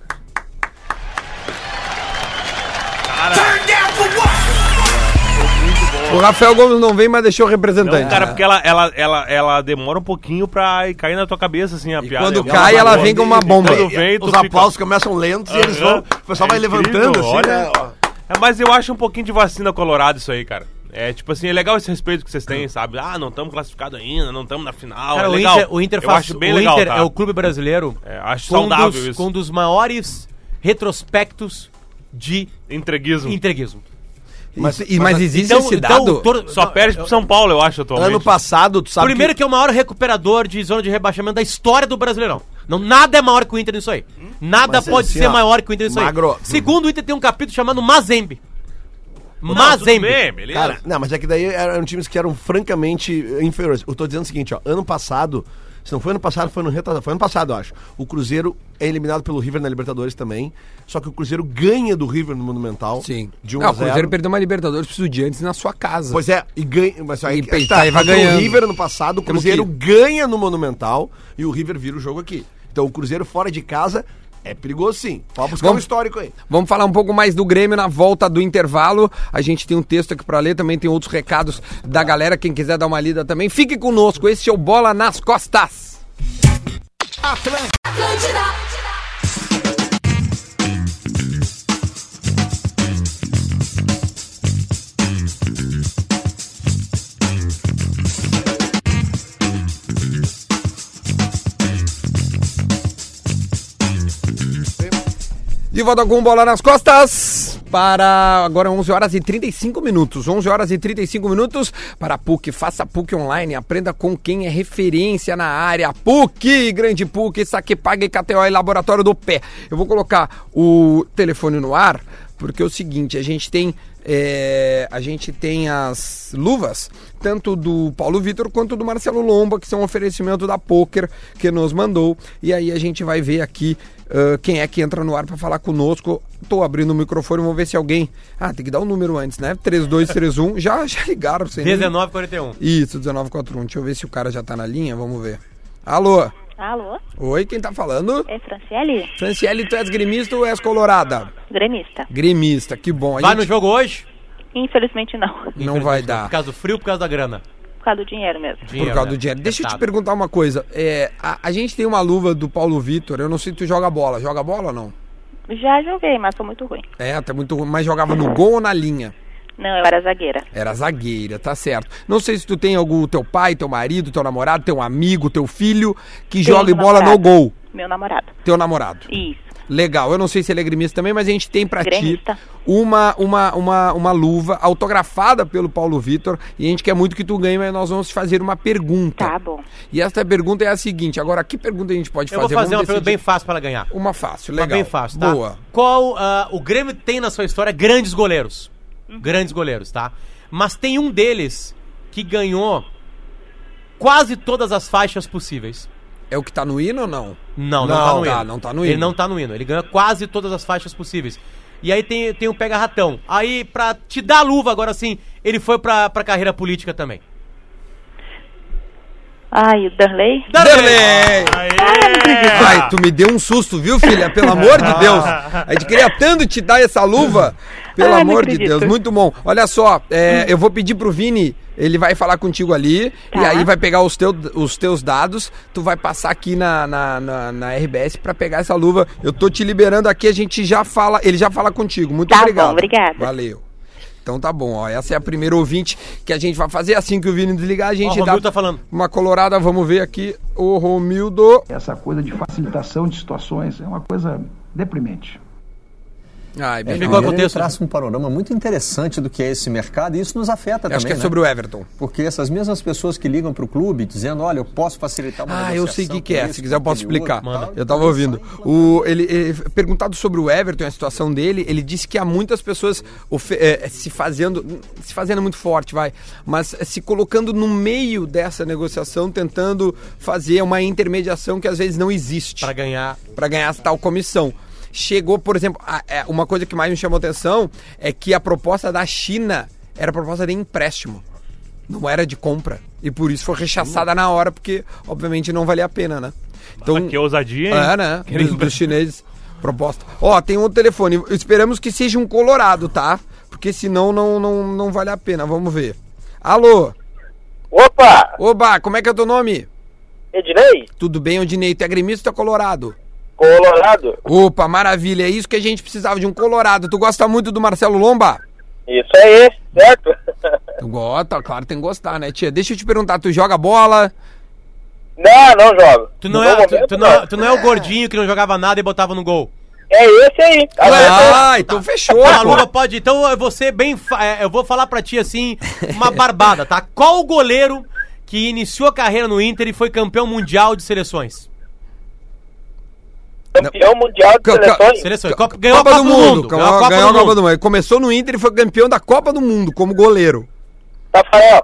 O Rafael Gomes não vem, mas deixou o representante. Não, cara, porque ela demora um pouquinho pra cair na tua cabeça, assim, a piada. quando cai, ela vem com uma bomba. Quando vem, tu Os fica- aplausos começam lentos e eles vão. O pessoal vai incrível, levantando assim, olha. né? Ó. Mas eu acho um pouquinho de vacina colorada isso aí, cara. É, tipo assim, é legal esse respeito que vocês têm, sabe? Ah, não estamos classificados ainda, não estamos na final, Cara, é legal. o Inter eu faz. acho bem o legal, Inter tá? é o clube brasileiro acho com saudável isso. com um dos maiores retrospectos de Entreguismo. entreguismo. Mas existe esse dado? Só perde pro São Paulo, eu acho, atualmente. Ano passado, tu sabe Primeiro que é o maior recuperador de zona de rebaixamento da história do Brasileirão. Não, nada é maior que o Inter nisso aí. Nada Mas pode assim, ser ó, maior que o Inter nisso Magro. aí. Segundo, o Inter tem um capítulo chamado Mazembe. Tudo Mazembe. bem, beleza. Cara, não, mas é que daí eram times que eram francamente inferiores. Eu tô dizendo o seguinte, ó, ano passado, se não foi ano passado, foi ano passado, eu acho. O Cruzeiro é eliminado pelo River na Libertadores também, só que o Cruzeiro ganha do River no Monumental. Sim. De 1 Não, a o 0. Cruzeiro perdeu uma Libertadores pro Estudiantes na sua casa. Pois é, e ganha, mas aí E que tá, aí vai contra ganhando. o River ano passado, o Temos Cruzeiro que ganha no Monumental e o River vira o jogo aqui. Então o Cruzeiro fora de casa é perigoso sim. Pode buscar um histórico aí. Vamos falar um pouco mais do Grêmio na volta do intervalo. A gente tem um texto aqui pra ler, também tem outros recados da galera. Quem quiser dar uma lida também, fique conosco. Esse é o Bola nas Costas. De volta com Bola nas Costas para agora 11 horas e 35 minutos. 11 horas e 35 minutos para a PUC. Faça PUC online, aprenda com quem é referência na área. PUC, grande PUC, Saquepague, KTO e Laboratório do Pé. Eu vou colocar o telefone no ar porque é o seguinte, a gente tem as luvas, tanto do Paulo Vitor quanto do Marcelo Lomba, que são um oferecimento da Poker que nos mandou. E aí a gente vai ver aqui quem é que entra no ar para falar conosco. Tô abrindo o microfone, vamos ver se alguém... tem que dar o número antes, né? 3231, já ligaram. 1941. Isso, 1941. Deixa eu ver se o cara já tá na linha, vamos ver. Alô? Alô? Oi, quem tá falando? É Franciele? Franciele, tu és gremista ou és colorada? Gremista. Gremista, que bom. Vai no jogo hoje? Infelizmente não. Não vai dar. Por causa do frio ou por causa da grana? Por causa do dinheiro mesmo. Por causa do dinheiro. Deixa eu te perguntar uma coisa. A gente tem uma luva do Paulo Vitor. Eu não sei se tu joga bola. Joga bola ou não? Já joguei, mas sou muito ruim. Tá muito ruim. Mas jogava no gol ou na linha? Não, eu era zagueira. Era zagueira, tá certo. Não sei se tu tem algum teu pai, teu marido, teu namorado, teu amigo, teu filho que joga bola no gol. Meu namorado. Teu namorado. Isso. Legal, eu não sei se ele é gremista também, mas a gente tem pra Gremista. ti uma luva autografada pelo Paulo Vitor e a gente quer muito que tu ganhe, mas nós vamos te fazer uma pergunta. Tá bom. E essa pergunta é a seguinte, agora que pergunta a gente pode fazer? Eu vou fazer Vamos uma pergunta decidir. bem fácil pra ela ganhar. Uma fácil, Uma legal. bem fácil, tá? Boa. Qual, o Grêmio tem na sua história grandes goleiros. Grandes goleiros, tá? Mas tem um deles que ganhou quase todas as faixas possíveis. É o que tá no hino ou não? Não Não, tá no tá, hino. não tá no Ele hino. não tá no hino. Ele ganha quase todas as faixas possíveis. E aí tem o pega-ratão. Aí, pra te dar a luva, agora sim, ele foi pra carreira política também. Ai, o Darley? Darley! Ai, tu me deu um susto, viu, filha? Pelo amor de Deus. A gente queria tanto te dar essa luva. Pelo Ai, não amor de acredito. Deus, muito bom. Olha só, eu vou pedir pro Vini, ele vai falar contigo ali, Tá. e aí vai pegar os teus dados, tu vai passar aqui na RBS pra pegar essa luva. Eu tô te liberando aqui, a gente já fala, ele já fala contigo. Muito Tá obrigado. bom, obrigada. Valeu. Então tá bom, ó, essa é a primeira ouvinte que a gente vai fazer. Assim que o Vini desligar, a gente Ó, o dá Romildo tá falando. uma colorada. Vamos ver aqui o Romildo. Essa coisa de facilitação de situações é uma coisa deprimente. Ai, bem, Ficou Ele contexto. traz um panorama muito interessante do que é esse mercado e isso nos afeta também, acho que é né? sobre o Everton. Porque essas mesmas pessoas que ligam para o clube dizendo, olha, eu posso facilitar uma Ah, eu sei o que, negociação é. com Se quiser eu posso aquele explicar. outro e tal, Eu tava ouvindo. Ele perguntado sobre o Everton, a situação dele, ele disse que há muitas pessoas se fazendo muito forte, mas se colocando no meio dessa negociação, tentando fazer uma intermediação que às vezes não existe Pra ganhar. para ganhar essa tal comissão. Chegou, por exemplo, uma coisa que mais me chamou atenção é que a proposta da China era proposta de empréstimo, não era de compra. E por isso foi rechaçada na hora, porque obviamente não valia a pena, né? Então, Que ousadia, hein? né? Dos chineses, proposta. Ó, tem outro telefone, esperamos que seja um colorado, tá? Porque senão não vale a pena, vamos ver. Alô? Opa! Oba, como é que é o teu nome? Ednei? Tudo bem, Odinei? Tu é gremista ou é colorado? Colorado? Opa, maravilha, é isso que a gente precisava, de um colorado. Tu gosta muito do Marcelo Lomba? Isso aí, certo? Tu gosta, claro, tem que gostar, né, tia? Deixa eu te perguntar, tu joga bola? Não jogo. Tu não, No é, momento, tu não é o gordinho que não jogava nada e botava no gol. É esse aí. Então fechou, A pô. luva pode. Então eu vou ser bem. Eu vou falar pra ti assim, uma barbada, tá? Qual o goleiro que iniciou a carreira no Inter e foi campeão mundial de seleções? Campeão mundial de seleções. Seleções. Ganhou Copa a do Mundo. Ganhou a Copa do Mundo. Ele começou no Inter e foi campeão da Copa do Mundo como goleiro. Tafarel.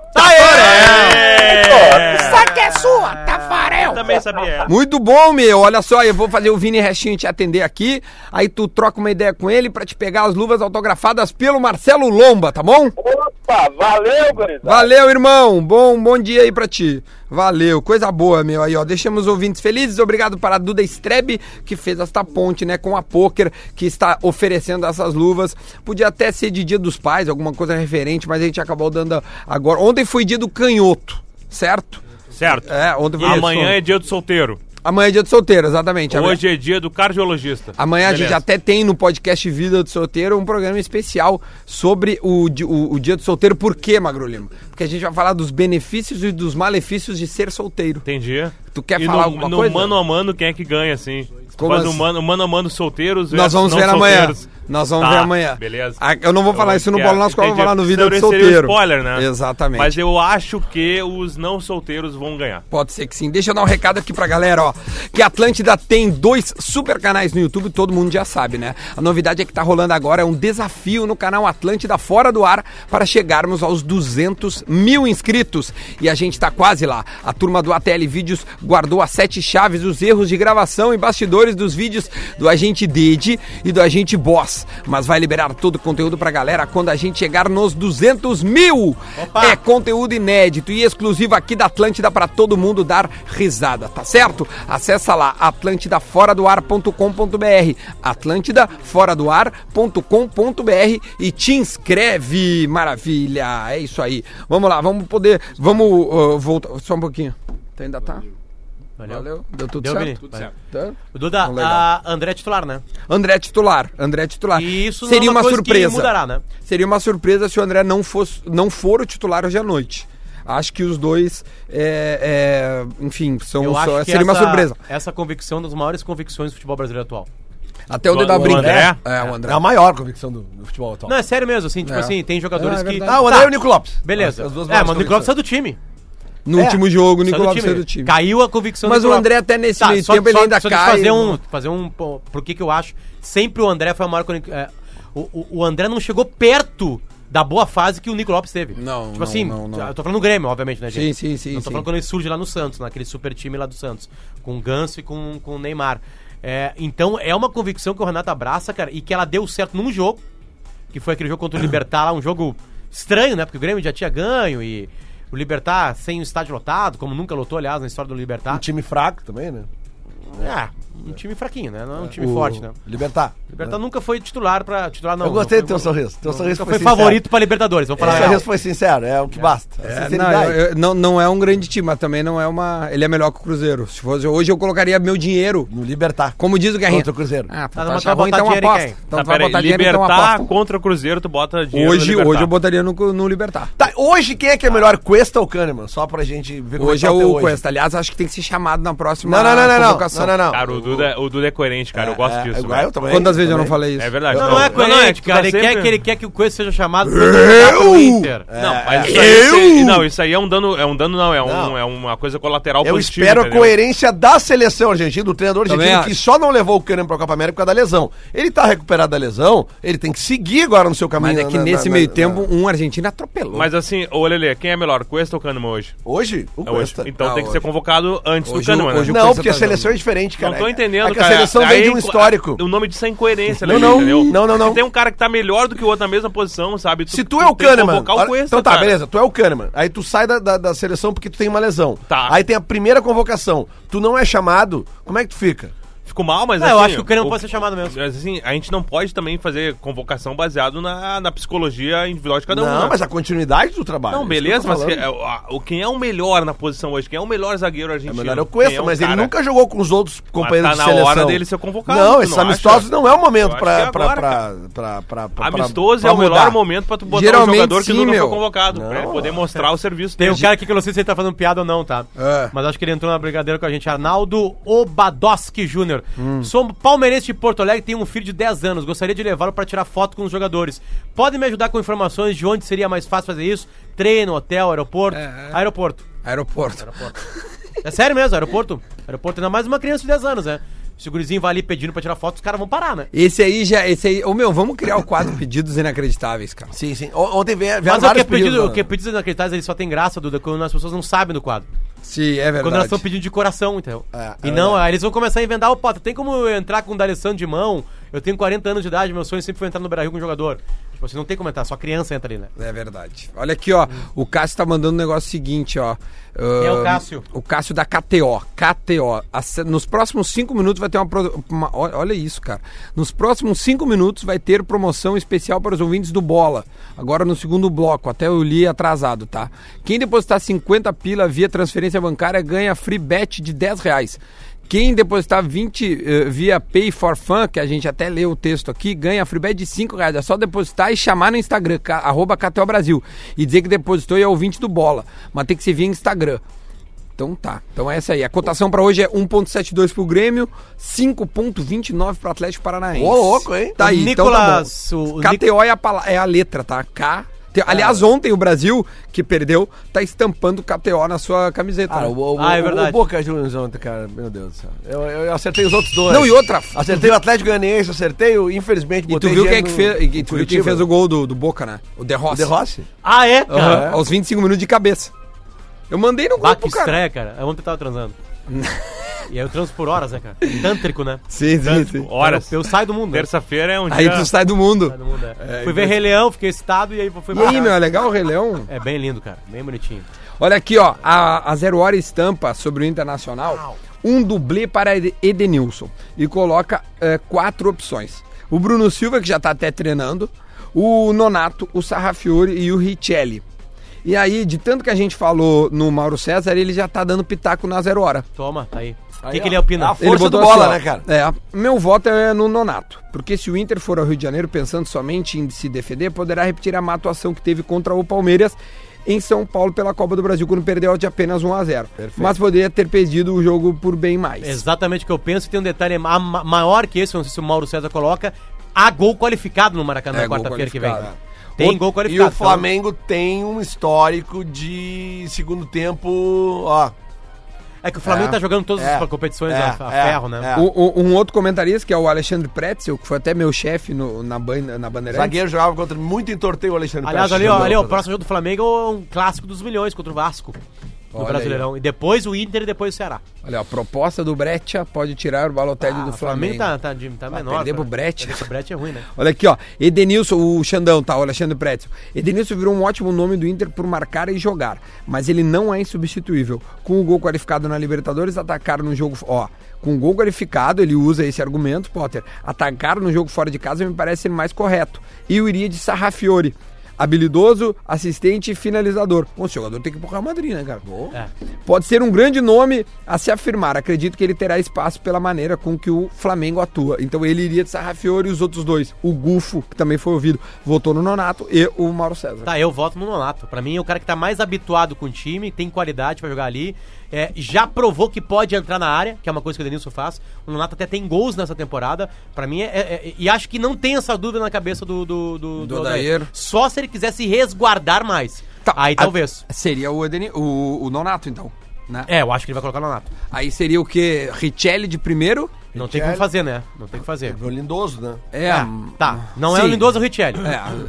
Essa que é sua, Tafarel. Também sabia ela. Muito bom, meu. Olha só, eu vou fazer o Vini Restinho te atender aqui. Aí tu troca uma ideia com ele pra te pegar as luvas autografadas pelo Marcelo Lomba, tá bom? Opa, valeu, gurizada. Valeu, irmão. Bom dia aí pra ti. Valeu, coisa boa, meu. Aí, ó, deixamos os ouvintes felizes. Obrigado para a Duda Strebe, que fez esta ponte, né, com a Poker, que está oferecendo essas luvas. Podia até ser de Dia dos Pais, alguma coisa referente, mas a gente acabou dando agora. Ontem foi dia do canhoto, certo? Certo. Ontem foi Amanhã é dia do solteiro. Amanhã é dia do solteiro, exatamente. Hoje é dia do cardiologista. Amanhã Beleza. a gente até tem no podcast Vida do Solteiro um programa especial sobre o dia do solteiro. Por quê, Magro Lima? Porque a gente vai falar dos benefícios e dos malefícios de ser solteiro. Entendi. Tu quer E falar no, alguma no coisa? mano a mano, quem é que ganha, assim? Como Faz assim? o mano a mano solteiros Nós vamos versus ver não amanhã. solteiros. Nós vamos Tá, ver amanhã. beleza. Eu não vou falar isso no Bola nas Costas, vou falar no Vida do Seria Solteiro. spoiler, né? Exatamente. Mas eu acho que os não solteiros vão ganhar. Pode ser que sim. Deixa eu dar um recado aqui pra galera, ó. Que a Atlântida tem 2 super canais no YouTube, todo mundo já sabe, né? A novidade é que tá rolando agora, é um desafio no canal Atlântida Fora do Ar para chegarmos aos 200 mil inscritos. E a gente tá quase lá. A turma do ATL Vídeos guardou as 7 chaves dos erros de gravação e bastidores dos vídeos do Agente Dede e do Agente Boss. Mas vai liberar todo o conteúdo pra galera quando a gente chegar nos 200 mil. Opa! É conteúdo inédito e exclusivo aqui da Atlântida para todo mundo dar risada, tá certo? Acessa lá, atlantidaforadoar.com.br, atlantidaforadoar.com.br e te inscreve, maravilha, é isso aí. Vamos lá, vamos voltar, só um pouquinho, ainda tá? Valeu. Deu tudo certo? Vini. Tudo Valeu. certo. Tá? Duda, Então, legal. a André é titular, né? André é titular. E isso seria não é uma coisa que surpresa. mudará, né? Seria uma surpresa se o André não for o titular hoje à noite. Acho que os dois, enfim, Eu acho que seria uma surpresa. Essa convicção é uma das maiores convicções do futebol brasileiro atual. Até onde dá O brinca. André? O André. É a maior convicção do futebol atual. Não, é sério mesmo, assim, tipo É. assim, tem jogadores É que... verdade. Ah, o André e o Nico Lopes. Beleza. As duas Mas o maiores Nico Lopes saiu do time. No último jogo, o Nicolau saiu do time. Caiu a convicção Mas do o Nico André Lopes. até nesse meio tempo ele ainda só cai. Deixa eu fazer um... Por que eu acho? Sempre o André foi a maior... O André não chegou perto da boa fase que o Nico Lopes teve. Não, Tipo não, assim, não. eu tô falando do Grêmio, obviamente, né, gente? Sim. Não tô falando quando ele surge lá no Santos, naquele super time lá do Santos. Com o Ganso e com o Neymar. Então, é uma convicção que o Renato abraça, cara, e que ela deu certo num jogo, que foi aquele jogo contra o Libertad lá, um jogo estranho, né? Porque o Grêmio já tinha ganho e o Libertad sem o estádio lotado, como nunca lotou, aliás, na história do Um Libertad. time fraco também, né? Um time fraquinho, né? Não é um time forte, né? Libertar. O Libertad nunca foi titular não. Eu gostei não do teu foi- sorriso. Teu sorriso Nunca foi favorito pra Libertadores, vamos falar O a real. sorriso foi sincero, é o que basta. Não é um grande time, mas também não é uma... Ele é melhor que o Cruzeiro. Se fosse hoje, eu colocaria meu dinheiro, No Libertar. como diz o Guerrinha. Contra o Cruzeiro. Ah, mas tá tu vai ruim, botar então dinheiro em aposta. quem? Então Tá, tu vai peraí, botar dinheiro, então Libertar aposta. contra o Cruzeiro, tu bota dinheiro no Hoje Libertar. eu botaria no Libertar. Tá, hoje quem é que é melhor, Cuesta ou Kahneman? Só pra gente ver como Hoje é tá teu o Cuesta. Aliás, acho que tem que ser chamado na próxima Não. convocação. Não. Cara, o Duda é coerente, cara. Eu gosto disso. Eu velho. também. Quantas vezes eu não também. falei isso? É verdade. Não é coerente, tu tá cara. sempre- Ele quer que o Cuesta seja chamado pro Inter. Não, mas isso aí é um dano, é uma coisa colateral Eu positiva, espero a entendeu? coerência da seleção argentina, do treinador Também argentino, que acho. só não levou o Kahneman pra Copa América por causa da lesão. Ele tá recuperado da lesão, ele tem que seguir agora no seu caminho. Mas é que nesse meio tempo, um argentino atropelou. Mas assim, ô Lelê, quem é melhor, Cuesta ou Kahneman hoje? Hoje? O É hoje. Cuesta. Então tem que hoje. ser convocado antes Hoje do Kahneman, né? hoje o Não, Cuesta porque a tá seleção jogando. é diferente, cara. Não tô entendendo, É que cara. a seleção vem de um histórico. O nome disso é incoerência, Não, Lelê, não, entendeu? não. Se tem um cara que tá melhor do que o outro na mesma posição, sabe? Se tu é o tem que Kahneman, convocar o Cuesta, então tá, cara. beleza, tu é o Kahneman. Aí tu sai da seleção porque tu tem uma lesão. Tá. Aí tem a primeira convocação. Tu não é chamado, como é que tu fica? Fico mal, mas Não, eu acho que o Kahneman pode ser chamado mesmo. Mas assim, a gente não pode também fazer convocação baseado na psicologia individual de cada um. Não, né? mas a continuidade do trabalho. Não, é isso que eu beleza, tô mas falando. quem é o melhor na posição hoje? Quem é o melhor zagueiro É argentino? melhor é o Quem Cuesta, é mas cara? ele nunca jogou com os outros companheiros tá de na seleção. hora dele ser convocado, Não, tu esses não amistosos acha? não é o momento Eu acho que é agora, Amistoso é o melhor momento pra tu botar um Geralmente jogador que sim, nunca meu. foi convocado. Pra ele poder mostrar o serviço Tem dele. um cara aqui que eu não sei se ele tá fazendo piada ou não, tá? É. Mas acho que ele entrou na brincadeira com a gente. Arnaldo Obadoski Jr. Cruzeiro. Sou palmeirense de Porto Alegre, tenho um filho de 10 anos. Gostaria de levá-lo para tirar foto com os jogadores. Podem me ajudar com informações de onde seria mais fácil fazer isso? Treino, hotel, aeroporto? Aeroporto. É sério mesmo, aeroporto. Aeroporto, ainda mais uma criança de 10 anos, né? Se o gurizinho vai ali pedindo pra tirar foto, os caras vão parar, né? Esse aí, vamos criar o quadro Pedidos Inacreditáveis, cara. Sim. Ontem vieram Mas vários o que é pedidos inacreditáveis, ele só tem graça, Duda, quando as pessoas não sabem do quadro. Sim, é verdade. Quando elas estão pedindo de coração, entendeu? É Não, aí eles vão começar a inventar, o Potter, tem como eu entrar com o D'Alessandro de mão? Eu tenho 40 anos de idade, meu sonho sempre foi entrar no Beira-Rio com um jogador. Tipo, você não tem como entrar, só criança entra ali, né? É verdade. Olha aqui, ó, o Cássio tá mandando um negócio seguinte, ó. Quem é o Cássio? O Cássio da KTO. Nos próximos 5 minutos vai ter olha isso, cara. Nos próximos 5 minutos vai ter promoção especial para os ouvintes do Bola. Agora no segundo bloco, até eu li atrasado, tá? Quem depositar 50 pila via transferência bancária ganha free bet de R$10. Quem depositar 20 via Pay for Fun, que a gente até leu o texto aqui, ganha free bet de R$5. É só depositar e chamar no Instagram, @KTO Brasil. E dizer que depositou e é ouvinte do Bola. Mas tem que ser via Instagram. Então tá. Então é essa aí. A cotação pra hoje é 1,72 pro Grêmio, 5,29 pro Atlético Paranaense. Ô, louco, hein? Tá aí. Nicolas, então tá bom. KTO é a letra, tá? Aliás, ontem o Brasil, que perdeu, tá estampando KTO na sua camiseta. Né? É verdade. O Boca Juniors ontem, cara, meu Deus do céu. Eu acertei os outros dois. Não, e outra. Acertei o Atlético Goianiense, infelizmente, E tu viu quem fez o gol do Boca, né? O De Rossi. O De Rossi? Ah, é? Cara? Aos 25 minutos de cabeça. Eu mandei no grupo, que estreia, cara. Ontem eu tava transando. E aí eu transo por horas, né, cara? Tântrico, né? Sim. Horas. Eu saio do mundo. Terça-feira é um dia... Aí tu sai do mundo. Fui ver Rei Leão, fiquei excitado e aí fui E aí, meu, é legal o Rei Leão? É bem lindo, cara. Bem bonitinho. Olha aqui, ó. A 0 Hora estampa sobre o Internacional um dublê para Edenilson. E coloca 4 opções. O Bruno Silva, que já tá até treinando. O Nonato, o Sarrafiori e o Richelli. E aí, de tanto que a gente falou no Mauro César, ele já tá dando pitaco na 0 Hora. Toma, tá aí. O que ele opina? A força do Bola, né, cara? Meu voto é no Nonato. Porque se o Inter for ao Rio de Janeiro pensando somente em se defender, poderá repetir a má atuação que teve contra o Palmeiras em São Paulo pela Copa do Brasil, quando perdeu de apenas 1-0. Mas poderia ter perdido o jogo por bem mais. Exatamente o que eu penso. Tem um detalhe maior que esse, não sei se o Mauro César coloca, há gol qualificado no Maracanã na quarta-feira que vem. Tem gol qualificado. E o Flamengo tem um histórico de segundo tempo, ó. É que o Flamengo tá jogando todas as competições a ferro, né? Um outro comentarista, que é o Alexandre Pretzel, que foi até meu chefe na Bandeirantes. Zagueiro jogava contra muito em torteio o Alexandre Pretzel. Aliás, ali, o próximo jogo do Flamengo é um clássico dos milhões contra o Vasco. No Brasileirão. Aí. E depois o Inter e depois o Ceará. Olha, a proposta do Breccia pode tirar o Balotelli do Flamengo. Tá menor. Perder pro Breccia. O Breccia é ruim, né? Olha aqui, ó. Edenilson, o Xandão, tá? O Alexandre Pretzel. Edenilson virou um ótimo nome do Inter por marcar e jogar. Mas ele não é insubstituível. Com o gol qualificado na Libertadores, atacar no jogo... Ó, com o gol qualificado, ele usa esse argumento, Potter. Atacar no jogo fora de casa me parece ser mais correto. E eu iria de Sarrafiori. Habilidoso, assistente e finalizador. O jogador tem que ir pro Real Madrid, né, cara? Pode ser um grande nome a se afirmar. Acredito que ele terá espaço pela maneira com que o Flamengo atua. Então ele iria de Sarrafiori e os outros dois. O Gufo, que também foi ouvido, votou no Nonato, e o Mauro César. Tá, eu voto no Nonato. Pra mim é o cara que tá mais habituado com o time, tem qualidade pra jogar ali. Já provou que pode entrar na área, que é uma coisa que o Denilson faz. O Nonato até tem gols nessa temporada. Pra mim e acho que não tem essa dúvida na cabeça do Odair. Só se ele quiser se resguardar mais. Tá, aí talvez. Seria o Nonato, então. Né? Eu acho que ele vai colocar o Nonato. Aí seria o quê? Richelli de primeiro? Não tem como fazer, né? Não tem o que fazer. O Lindoso, né? Tá. Não é o Lindoso, é o Richelli.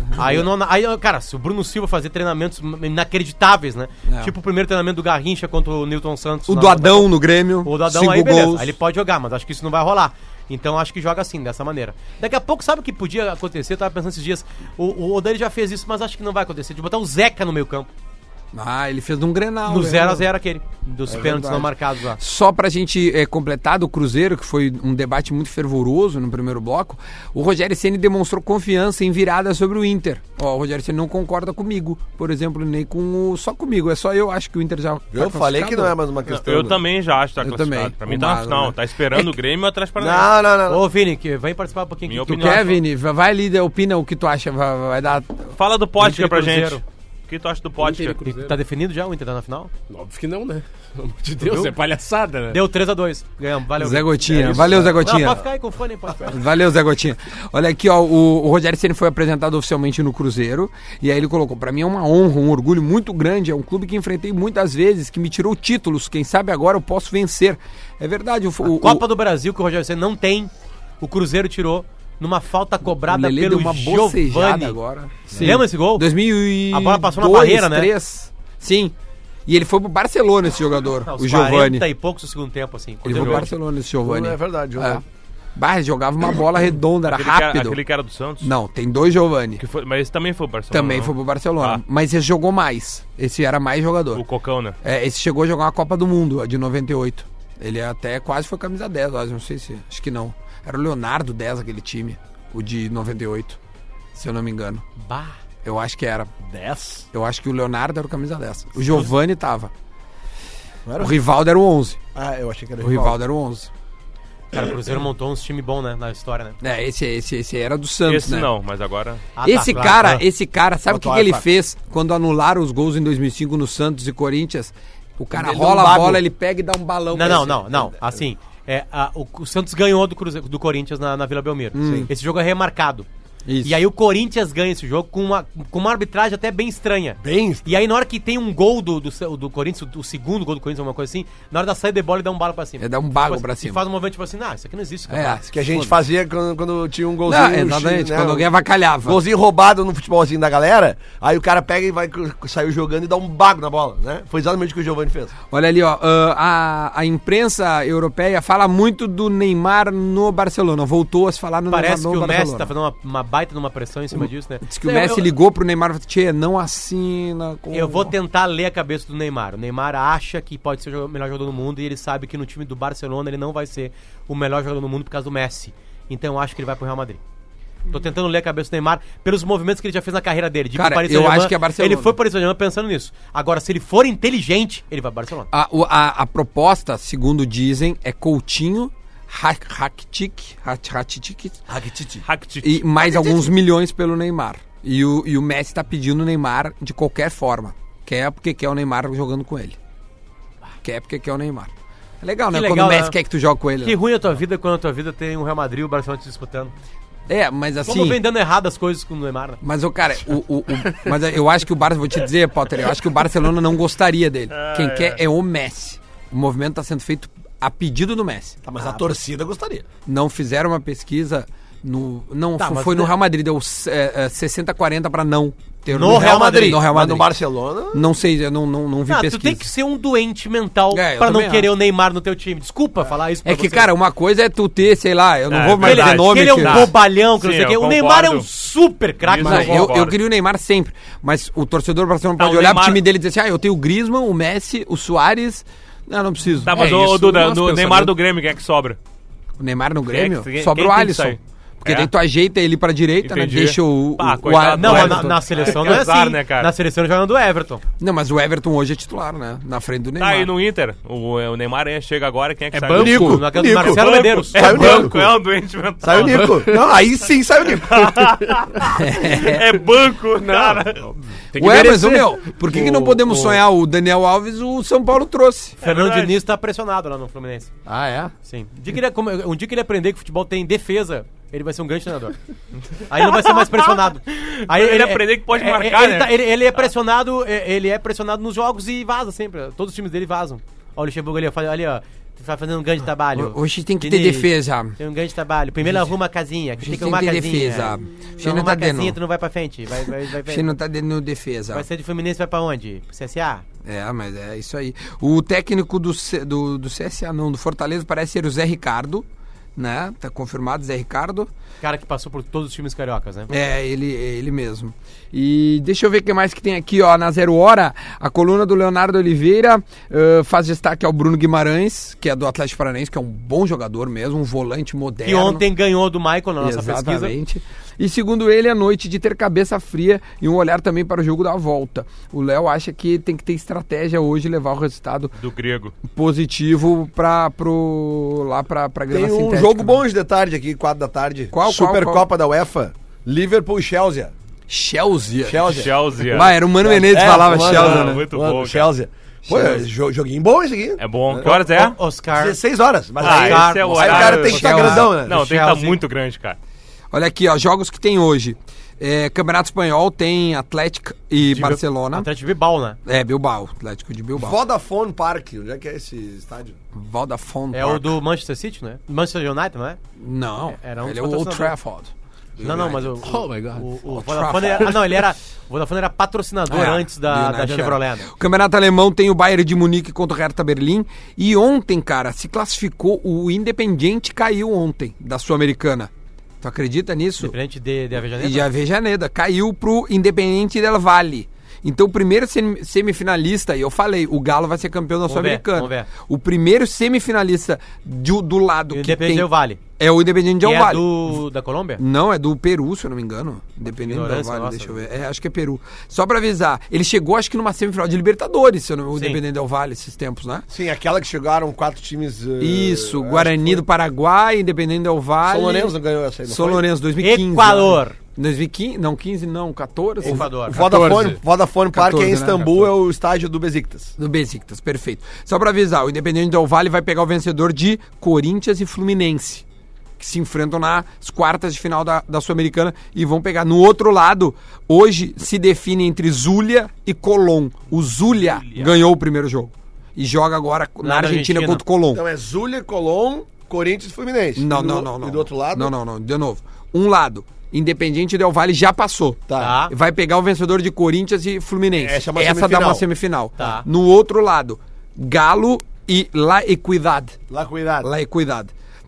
Aí, cara, se o Bruno Silva fazer treinamentos inacreditáveis, né? Tipo o primeiro treinamento do Garrincha contra o Newton Santos. O do Adão no Grêmio. O do Adão aí, beleza. Aí ele pode jogar, mas acho que isso não vai rolar. Então acho que joga assim, dessa maneira. Daqui a pouco, sabe o que podia acontecer? Eu tava pensando esses dias. O Odair já fez isso, mas acho que não vai acontecer. De botar o Zeca no meio campo. Ele fez um Grenal. No 0x0 aquele, dos pênaltis não marcados lá. Só pra gente completar do Cruzeiro, que foi um debate muito fervoroso no primeiro bloco, o Rogério Ceni demonstrou confiança em virada sobre o Inter. O Rogério Ceni não concorda comigo, por exemplo, nem só comigo. É só eu acho que o Inter já Eu falei que não é mais uma questão. Eu também já acho que tá classificado. Também. Pra mim tá na final. Tá esperando o Grêmio atrás para Não. Ô, Vini, vem participar um pouquinho. Tu quer, Vini? Vai ali, opina o que tu acha. Vai dar... Fala do Potker pra gente. O que tu acha do Potker? E tá definido já o Inter tá na final? Óbvio que não, né? Pelo amor de Deus, viu? é palhaçada, né? Deu 3-2. Ganhamos, valeu. Zé Gotinha. Valeu, Zé Não, Gotinha. pode ficar aí com o fone, pode ficar. Valeu, Zé Gotinha. Olha aqui, ó, o Rogério Ceni foi apresentado oficialmente no Cruzeiro, e aí ele colocou, pra mim é uma honra, um orgulho muito grande, é um clube que enfrentei muitas vezes, que me tirou títulos, quem sabe agora eu posso vencer. É verdade. Copa do Brasil que o Rogério Ceni não tem, o Cruzeiro tirou numa falta cobrada Lelê pelo deu uma bocejada Giovani. agora. Lembra esse gol? 2002, A bola passou na barreira, né? 2003. Sim. E ele foi pro Barcelona, esse jogador, Não, o Giovani. 40 e poucos no segundo tempo, assim. Ele foi pro Barcelona, esse Giovani. É verdade, Giovani. Bah, ele jogava uma bola redonda, era rápido. Aquele que era do Santos? Não, tem 2 Giovani. Mas esse também foi pro Barcelona. Também não? foi pro Barcelona. Ah. Mas esse jogou mais. Esse era mais jogador. O Cocão, né? Esse chegou a jogar uma Copa do Mundo, a de 98. Ele até quase foi camisa 10, eu não sei se... Acho que não. Era o Leonardo 10, aquele time. O de 98. Se eu não me engano. Bah. Eu acho que era. 10? Eu acho que o Leonardo era o camisa 10. O Giovani tava. O Rivaldo era o 11. Ah, eu achei que era O Rivaldo era o 11. Cara, o Cruzeiro montou uns time bom, né? Na história, né? Esse era do Santos, Esse né? não, mas agora... Esse cara, sabe o que ele fez quando anularam os gols em 2005 no Santos e Corinthians? O cara Ele rola dá um a bago. bola, ele pega e dá um balão. Não. Assim, o Santos ganhou do Corinthians na Vila Belmiro. Esse jogo é remarcado. Isso. E aí o Corinthians ganha esse jogo com uma arbitragem até bem estranha. E aí na hora que tem um gol do Corinthians, o segundo gol do Corinthians, alguma coisa assim, na hora da saída de bola ele dá um balo pra cima. Ele dá um bago Tipo, pra E cima. faz um movimento tipo assim, isso aqui não existe. Que a gente fazia quando tinha um golzinho. Não, exatamente, quando alguém avacalhava. Golzinho roubado no futebolzinho da galera, aí o cara pega e vai sair jogando e dá um bago na bola, né? Foi exatamente o que o Giovani fez. Olha ali, ó, a imprensa europeia fala muito do Neymar no Barcelona. Voltou a se falar no Parece Neymar que no o Barcelona. Messi tá fazendo uma baita numa pressão em cima disso, né? Diz que o Messi ligou pro Neymar e falou, tchê, não assina. Eu vou tentar ler a cabeça do Neymar. O Neymar acha que pode ser o melhor jogador do mundo e ele sabe que no time do Barcelona ele não vai ser o melhor jogador do mundo por causa do Messi. Então eu acho que ele vai pro Real Madrid. Tô tentando ler a cabeça do Neymar pelos movimentos que ele já fez na carreira dele. Cara, eu acho que é Barcelona. Ele foi para o Paris Saint-Germain pensando nisso. Agora, se ele for inteligente, ele vai pro Barcelona. A proposta, segundo dizem, é Coutinho, Rakitic e mais alguns milhões pelo Neymar. E o Messi tá pedindo o Neymar de qualquer forma. Quer porque quer o Neymar jogando com ele. Quer porque quer o Neymar. É legal, né? Quando o Messi quer que tu jogue com ele. Que ruim a tua vida quando a tua vida tem o Real Madrid e o Barcelona te disputando. Mas assim... Como vem dando errado as coisas com o Neymar, né? Mas, cara, mas eu acho que o Barcelona... Vou te dizer, Potter, eu acho que o Barcelona não gostaria dele. Quem quer é o Messi. O movimento tá sendo feito a pedido do Messi. Tá, mas a torcida gostaria. Não fizeram uma pesquisa... Mas foi no Real Madrid, deu 60-40 pra não ter no Real Madrid. No Real Mas Madrid. no Barcelona... Não sei, eu não vi pesquisa. Tu tem que ser um doente mental eu pra não também querer acho. o Neymar no teu time. Desculpa falar isso pra É que, você. cara, uma coisa é tu ter, sei lá, eu não vou mais verdade. dizer nome. Que ele é um que- bobalhão, que não Sim, sei o quê. eu O Neymar é um concordo. super craque. Isso Mas eu eu concordo. queria o Neymar sempre. Mas o torcedor do Barcelona Tá, pode o olhar pro Neymar- time dele e dizer assim, eu tenho o Griezmann, o Messi, o Soares... Não preciso. Tá, mas É, o isso Duda, nosso no Neymar pensamento. do Grêmio, quem é que sobra? O Neymar no Grêmio, Quem sobra o tem que Alisson. sair? Porque É. daí tu ajeita ele pra direita, né? Entendi. Deixa o Coitado Não, do mas Everton. na seleção Que não é azar, assim. né, cara? Na seleção ele joga do Everton. Não, mas o Everton hoje é titular, né? Na frente do Tá, Neymar. e no Inter, o Neymar chega agora, quem é que sai? banco. Nico. Na casa do Nico. Marcelo Medeiros. Sai o Nico. É um doente mental. Sai o Nico. Não, aí sim sai o Nico. É banco, cara. Tem que Ué, mas, merecer. por que não podemos sonhar o Daniel Alves, o São Paulo trouxe? Fernando verdade. Diniz tá pressionado lá no Fluminense. Ah, é? Sim. Um dia que ele aprender que o futebol tem defesa, ele vai ser um grande treinador. Aí ele não vai ser mais pressionado. Aí Ele aprender que pode marcar, né? Ele é pressionado nos jogos e vaza sempre. Todos os times dele vazam. Olha o Luxemburgo ali, ali, ó. Tá fazendo um grande trabalho. Hoje tem que ter Diniz, defesa. Tem um grande trabalho. Primeiro arruma a casinha. Que tem que arrumar a tem que ter casinha. defesa. Se Você não não arrumar tá a casinha, dando. tu não vai pra frente. Vai. Você não tá dando defesa. Vai ser de Fluminense, vai pra onde? Pro CSA? Mas é isso aí. O técnico do CSA, não, do Fortaleza, parece ser o Zé Ricardo, né? Tá confirmado, Zé Ricardo. Cara que passou por todos os times cariocas, né? Ele mesmo. E deixa eu ver o que mais que tem aqui, ó, na 0 Hora, a coluna do Leonardo Oliveira faz destaque ao Bruno Guimarães, que é do Atlético Paranaense, que é um bom jogador mesmo, um volante moderno. Que ontem ganhou do Michael na nossa pesquisa. Exatamente. E segundo ele, é noite de ter cabeça fria e um olhar também para o jogo da volta. O Léo acha que tem que ter estratégia hoje e levar o resultado Do grego. positivo lá pra grama Tem um sintética, jogo né? bom hoje de tarde aqui, 4 da tarde. Qual? Supercopa da UEFA. Liverpool e Chelsea. Chelsea. Chelsea. Vai, era o Mano Menezes que falava mano, Chelsea, Ah, né? muito Mano, bom, cara. Chelsea. Pô, joguinho bom esse aqui. É bom. Que horas é? Oscar. 16 horas. Mas Ah, aí, esse é o aí o horário. cara tem que estar Chelsea. grandão, né? Não, tem que estar Chelsea. muito grande, cara. Olha aqui, ó, jogos que tem hoje. Campeonato Espanhol tem Atlético e Barcelona. Atlético de Bilbao, né? Bilbao, Atlético de Bilbao. Vodafone Park, onde é que é esse estádio? Vodafone É Park. o do Manchester City, né? Manchester United, não é? Não, Era um ele é dos o Old patrocinadores. Trafford. Não, mas o Oh my God. o Vodafone era... Ah, não, o Vodafone era patrocinador antes da United Chevrolet, era. né? O Campeonato Alemão tem o Bayern de Munique contra o Hertha Berlim. E ontem, cara, se classificou, o Independiente caiu ontem, da Sul-Americana. Tu acredita nisso? Diferente de Avejaneda. E de Avejaneda. Caiu pro Independiente del Valle. Então o primeiro semifinalista, e eu falei, o Galo vai ser campeão da Vamos ver. Sul-Americana. O primeiro semifinalista do lado E o que Independente tem... del Valle. É o Independiente del Que é Valle. da Colômbia? Não, é do Peru, se eu não me engano. Independente del Ignorância Valle, nossa. deixa eu ver. Acho que é Peru. Só pra avisar, ele chegou acho que numa semifinal de Libertadores, se eu não, o Sim. Independente del Valle, esses tempos, né? Sim, aquela que chegaram 4 times... Isso, acho Guarani que do Paraguai, Independente del foi. Valle. São Lourenço não ganhou essa aí, não São foi? Lourenço, 2015. Equador. 2015? Não, 15 não, 14. Equador. O Vodafone Park 14, em né? Istambul é o estádio do Besiktas. Do Besiktas, perfeito. Só pra avisar, o Independente del Valle vai pegar o vencedor de Corinthians e Fluminense, que se enfrentam nas quartas de final da Sul-Americana e vão pegar. No outro lado, hoje se define entre Zulia e Colón. O Zulia ganhou o primeiro jogo e joga agora na Argentina contra o Colón. Então é Zulia, Colón, Corinthians e Fluminense. Não. E do outro lado? Não, de novo. Um lado, Independiente del Valle já passou. Tá. Vai pegar o vencedor de Corinthians e Fluminense. Essa é uma Essa dá semifinal. uma semifinal. Tá. No outro lado, Galo e La Equidad. Lá, cuidado. La Equidad.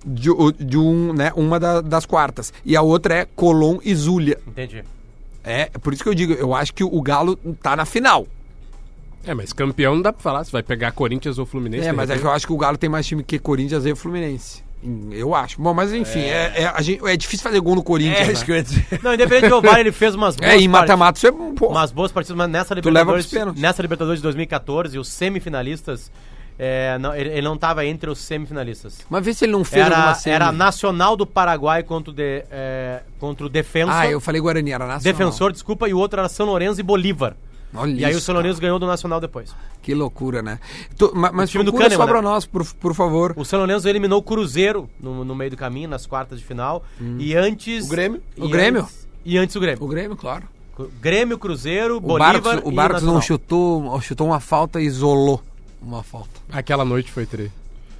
Uma das quartas. E a outra é Colón e Zulia. Entendi. É por isso que eu digo, eu acho que o Galo tá na final. É, mas campeão não dá pra falar se vai pegar Corinthians ou Fluminense. de Mas é repente. que eu acho que o Galo tem mais time que Corinthians e Fluminense. Eu acho. Bom, mas enfim, é difícil fazer gol no Corinthians. né? isso que eu ia dizer. Não, independente do Vale, ele fez umas boas Em mata-mata isso é umas boas partidas, mas nessa Tu leva pros Libertadores, pênaltis. nessa Libertadores de 2014, os semifinalistas, ele não estava entre os semifinalistas. Mas vê se ele não fez alguma semi. Era Nacional do Paraguai contra o Defensor. Eu falei Guarani, era Nacional. Defensor, desculpa, e o outro era São Lourenço e Bolívar. Olha E aí o isso, São Lourenço ganhou do Nacional depois. que loucura, né? Mas O time do procura Kahneman, só pra né? nós, por favor. O São Lourenço eliminou o Cruzeiro no meio do caminho, nas quartas de final. E antes... O Grêmio? e O Grêmio? E antes o Grêmio. O Grêmio, claro. Grêmio, Cruzeiro, O Bolívar Barcos e não Nacional. chutou uma falta e isolou uma falta. Aquela noite foi tri.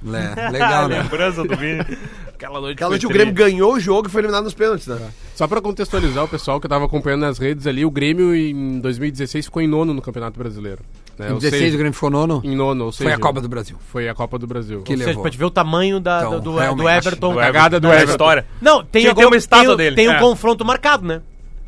Legal, né? Lembrança do Vini. Aquela noite Aquela foi noite o tri. Grêmio ganhou o jogo e foi eliminado nos pênaltis, né? Só pra contextualizar o pessoal que eu tava acompanhando nas redes ali, o Grêmio em 2016 ficou em nono no Campeonato Brasileiro. Né? Em Ou 16 seja, o Grêmio ficou nono. em nono, ou seja, Foi a Copa do Brasil. Foi a Copa do Brasil. Que Ou seja, levou. pra te ver o tamanho Então, do realmente, Everton. Do Cagada do da Everton. história. Não, tem Tinha que ter uma estátua dele. Tem um É. confronto marcado, né?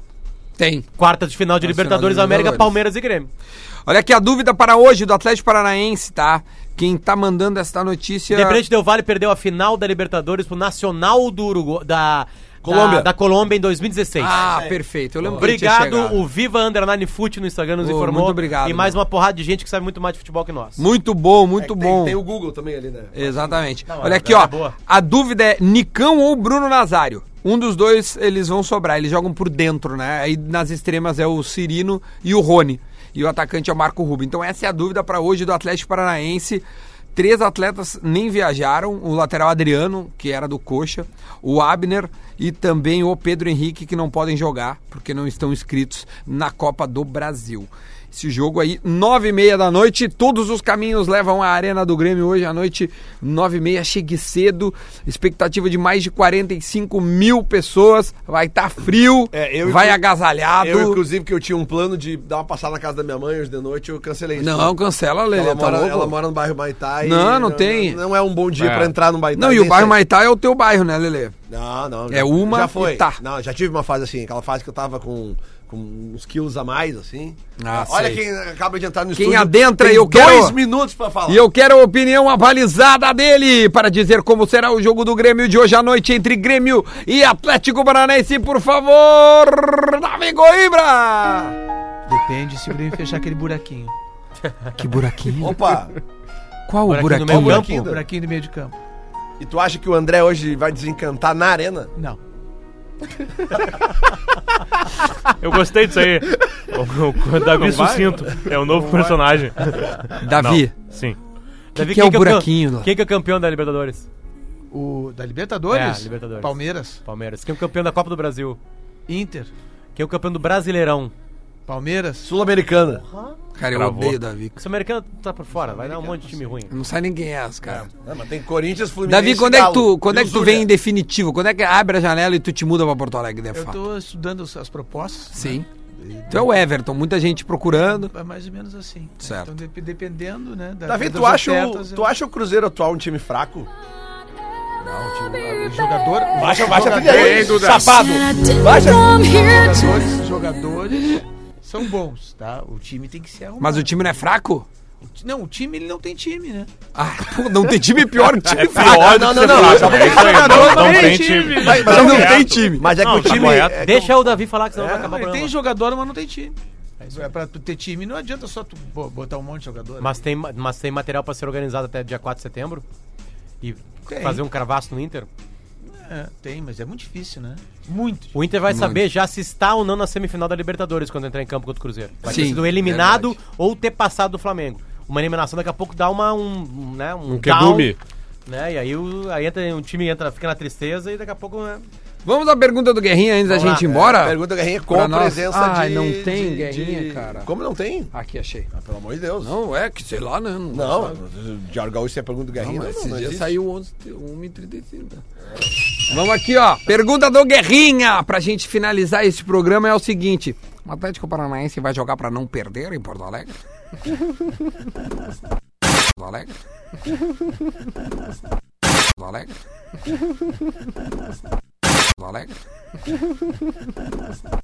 Tem. Quartas de final de Quartas de Libertadores final de América, Libertadores. Palmeiras e Grêmio. Olha aqui a dúvida para hoje do Atlético Paranaense, tá? Quem tá mandando esta notícia... Independente Del Valle perdeu a final da Libertadores pro Nacional do Uruguai, Colômbia. da Colômbia em 2016. perfeito. Eu lembro que ele tinha Obrigado, chegado. o Viva Underline Fute no Instagram nos Oh, informou. muito obrigado, E mais mano. uma porrada de gente que sabe muito mais de futebol que nós. Muito bom, muito bom. Tem o Google também ali, né? Exatamente. Não, Olha a aqui, galera ó. é boa. A dúvida é Nicão ou Bruno Nazário. Um dos dois, eles vão sobrar. Eles jogam por dentro, né? Aí nas extremas é o Cirino e o Rony. E o atacante é o Marco Rubio. Então essa é a dúvida para hoje do Atlético Paranaense. 3 atletas nem viajaram. O lateral Adriano, que era do Coxa. O Abner e também o Pedro Henrique, que não podem jogar, porque não estão inscritos na Copa do Brasil. Esse jogo aí, 9h30 da noite, todos os caminhos levam à Arena do Grêmio hoje à noite, 9h30, chegue cedo, expectativa de mais de 45 mil pessoas, vai estar frio, vai agasalhado. Eu, inclusive, que eu tinha um plano de dar uma passada na casa da minha mãe hoje de noite, eu cancelei isso. Não, cancela, Lelê, Ela, tá louco? ela mora no bairro Maitá e... Não tem. Não é um bom dia pra entrar no Maitá. Não, e o nem bairro sei. Maitá é o teu bairro, né, Lelê? Não. É uma Já foi. e tá. Não, já tive uma fase assim, aquela fase que eu tava com uns quilos a mais, assim. Ah, Olha sei. quem acaba de entrar no Quem estúdio. adentra, tem eu quero- 2 minutos pra falar. E eu quero a opinião avalizada dele para dizer como será o jogo do Grêmio de hoje à noite entre Grêmio e Atlético Paranaense, por favor, Davi Coimbra! Depende se o Grêmio fechar aquele buraquinho. Que buraquinho? Opa! Qual o Buraquinho no buraquinho? meio campo? Buraquinho do meio de campo. E tu acha que o André hoje vai desencantar na arena? Não. Eu gostei disso aí. O Davi Sucinto. É o novo personagem. Davi. Não, sim. Davi, que é o buraquinho? Quem que é campeão da Libertadores? O da Libertadores? É, Libertadores. Palmeiras. Palmeiras. Quem é o campeão da Copa do Brasil? Inter. Quem é o campeão do Brasileirão? Palmeiras. Sul-Americana. Cara, eu Travou. odeio o Davi. Esse americano tá por fora, vai dar um monte de time ruim. Não sai ninguém é, cara. Não, mas tem Corinthians, Fluminense. Davi, quando é que tu vem em definitivo? Quando é que abre a janela e tu te muda pra Porto Alegre, de Eu fato? tô estudando as propostas. Sim. Tu é o Everton, muita gente procurando. É mais ou menos assim. Certo. Então, dependendo, né? Davi, das tu acha, ofertas, tu acha o Cruzeiro atual um time fraco? o jogador. Baixa a jogador- trilha aí, Duda. safado. Baixa. Os jogadores são bons, tá? O time tem que ser arrumado. Mas o time não é fraco? Não, o time ele não tem time, né? Ah, pô, não tem time pior que time fraco. Pior do não, que não, ser não, fraco. só É isso aí, não tem time. time. Mas Não é tem time. Mas é que Não, o tá time. correto. Deixa o Davi falar que senão vai acabar o Ele tem programa. jogador, mas não tem time. É pra tu ter time, não adianta só tu botar um monte de jogador. Mas tem material pra ser organizado até dia 4 de setembro? E Tem. fazer um cravaço no Inter? É, tem, mas é muito difícil, né? Muito. O Inter vai saber já se está ou não na semifinal da Libertadores quando entrar em campo contra o Cruzeiro. Vai ter Sim, sido eliminado verdade. ou ter passado do Flamengo. Uma eliminação daqui a pouco dá um down, quedume. né? E aí, o time fica na tristeza e daqui a pouco, né? Vamos à pergunta do Guerrinha antes da Vamos gente ir lá. embora? Pergunta Guerrinha com Pra a nós. presença Ai, de. não tem de- Guerrinha, de- cara. Como não tem? Aqui, achei. Ah, pelo amor de Deus. Não, é que sei lá, né? Não, Diário Gaúcho tem a pergunta do Não, Guerrinha. mas Não, esse não dia existe. saiu 1h35. Vamos aqui, ó. Pergunta do Guerrinha. Pra gente finalizar esse programa é o seguinte. O Atlético Paranaense vai jogar pra não perder em Porto Alegre? Porto Alegre? Porto Alegre? Porto Alegre?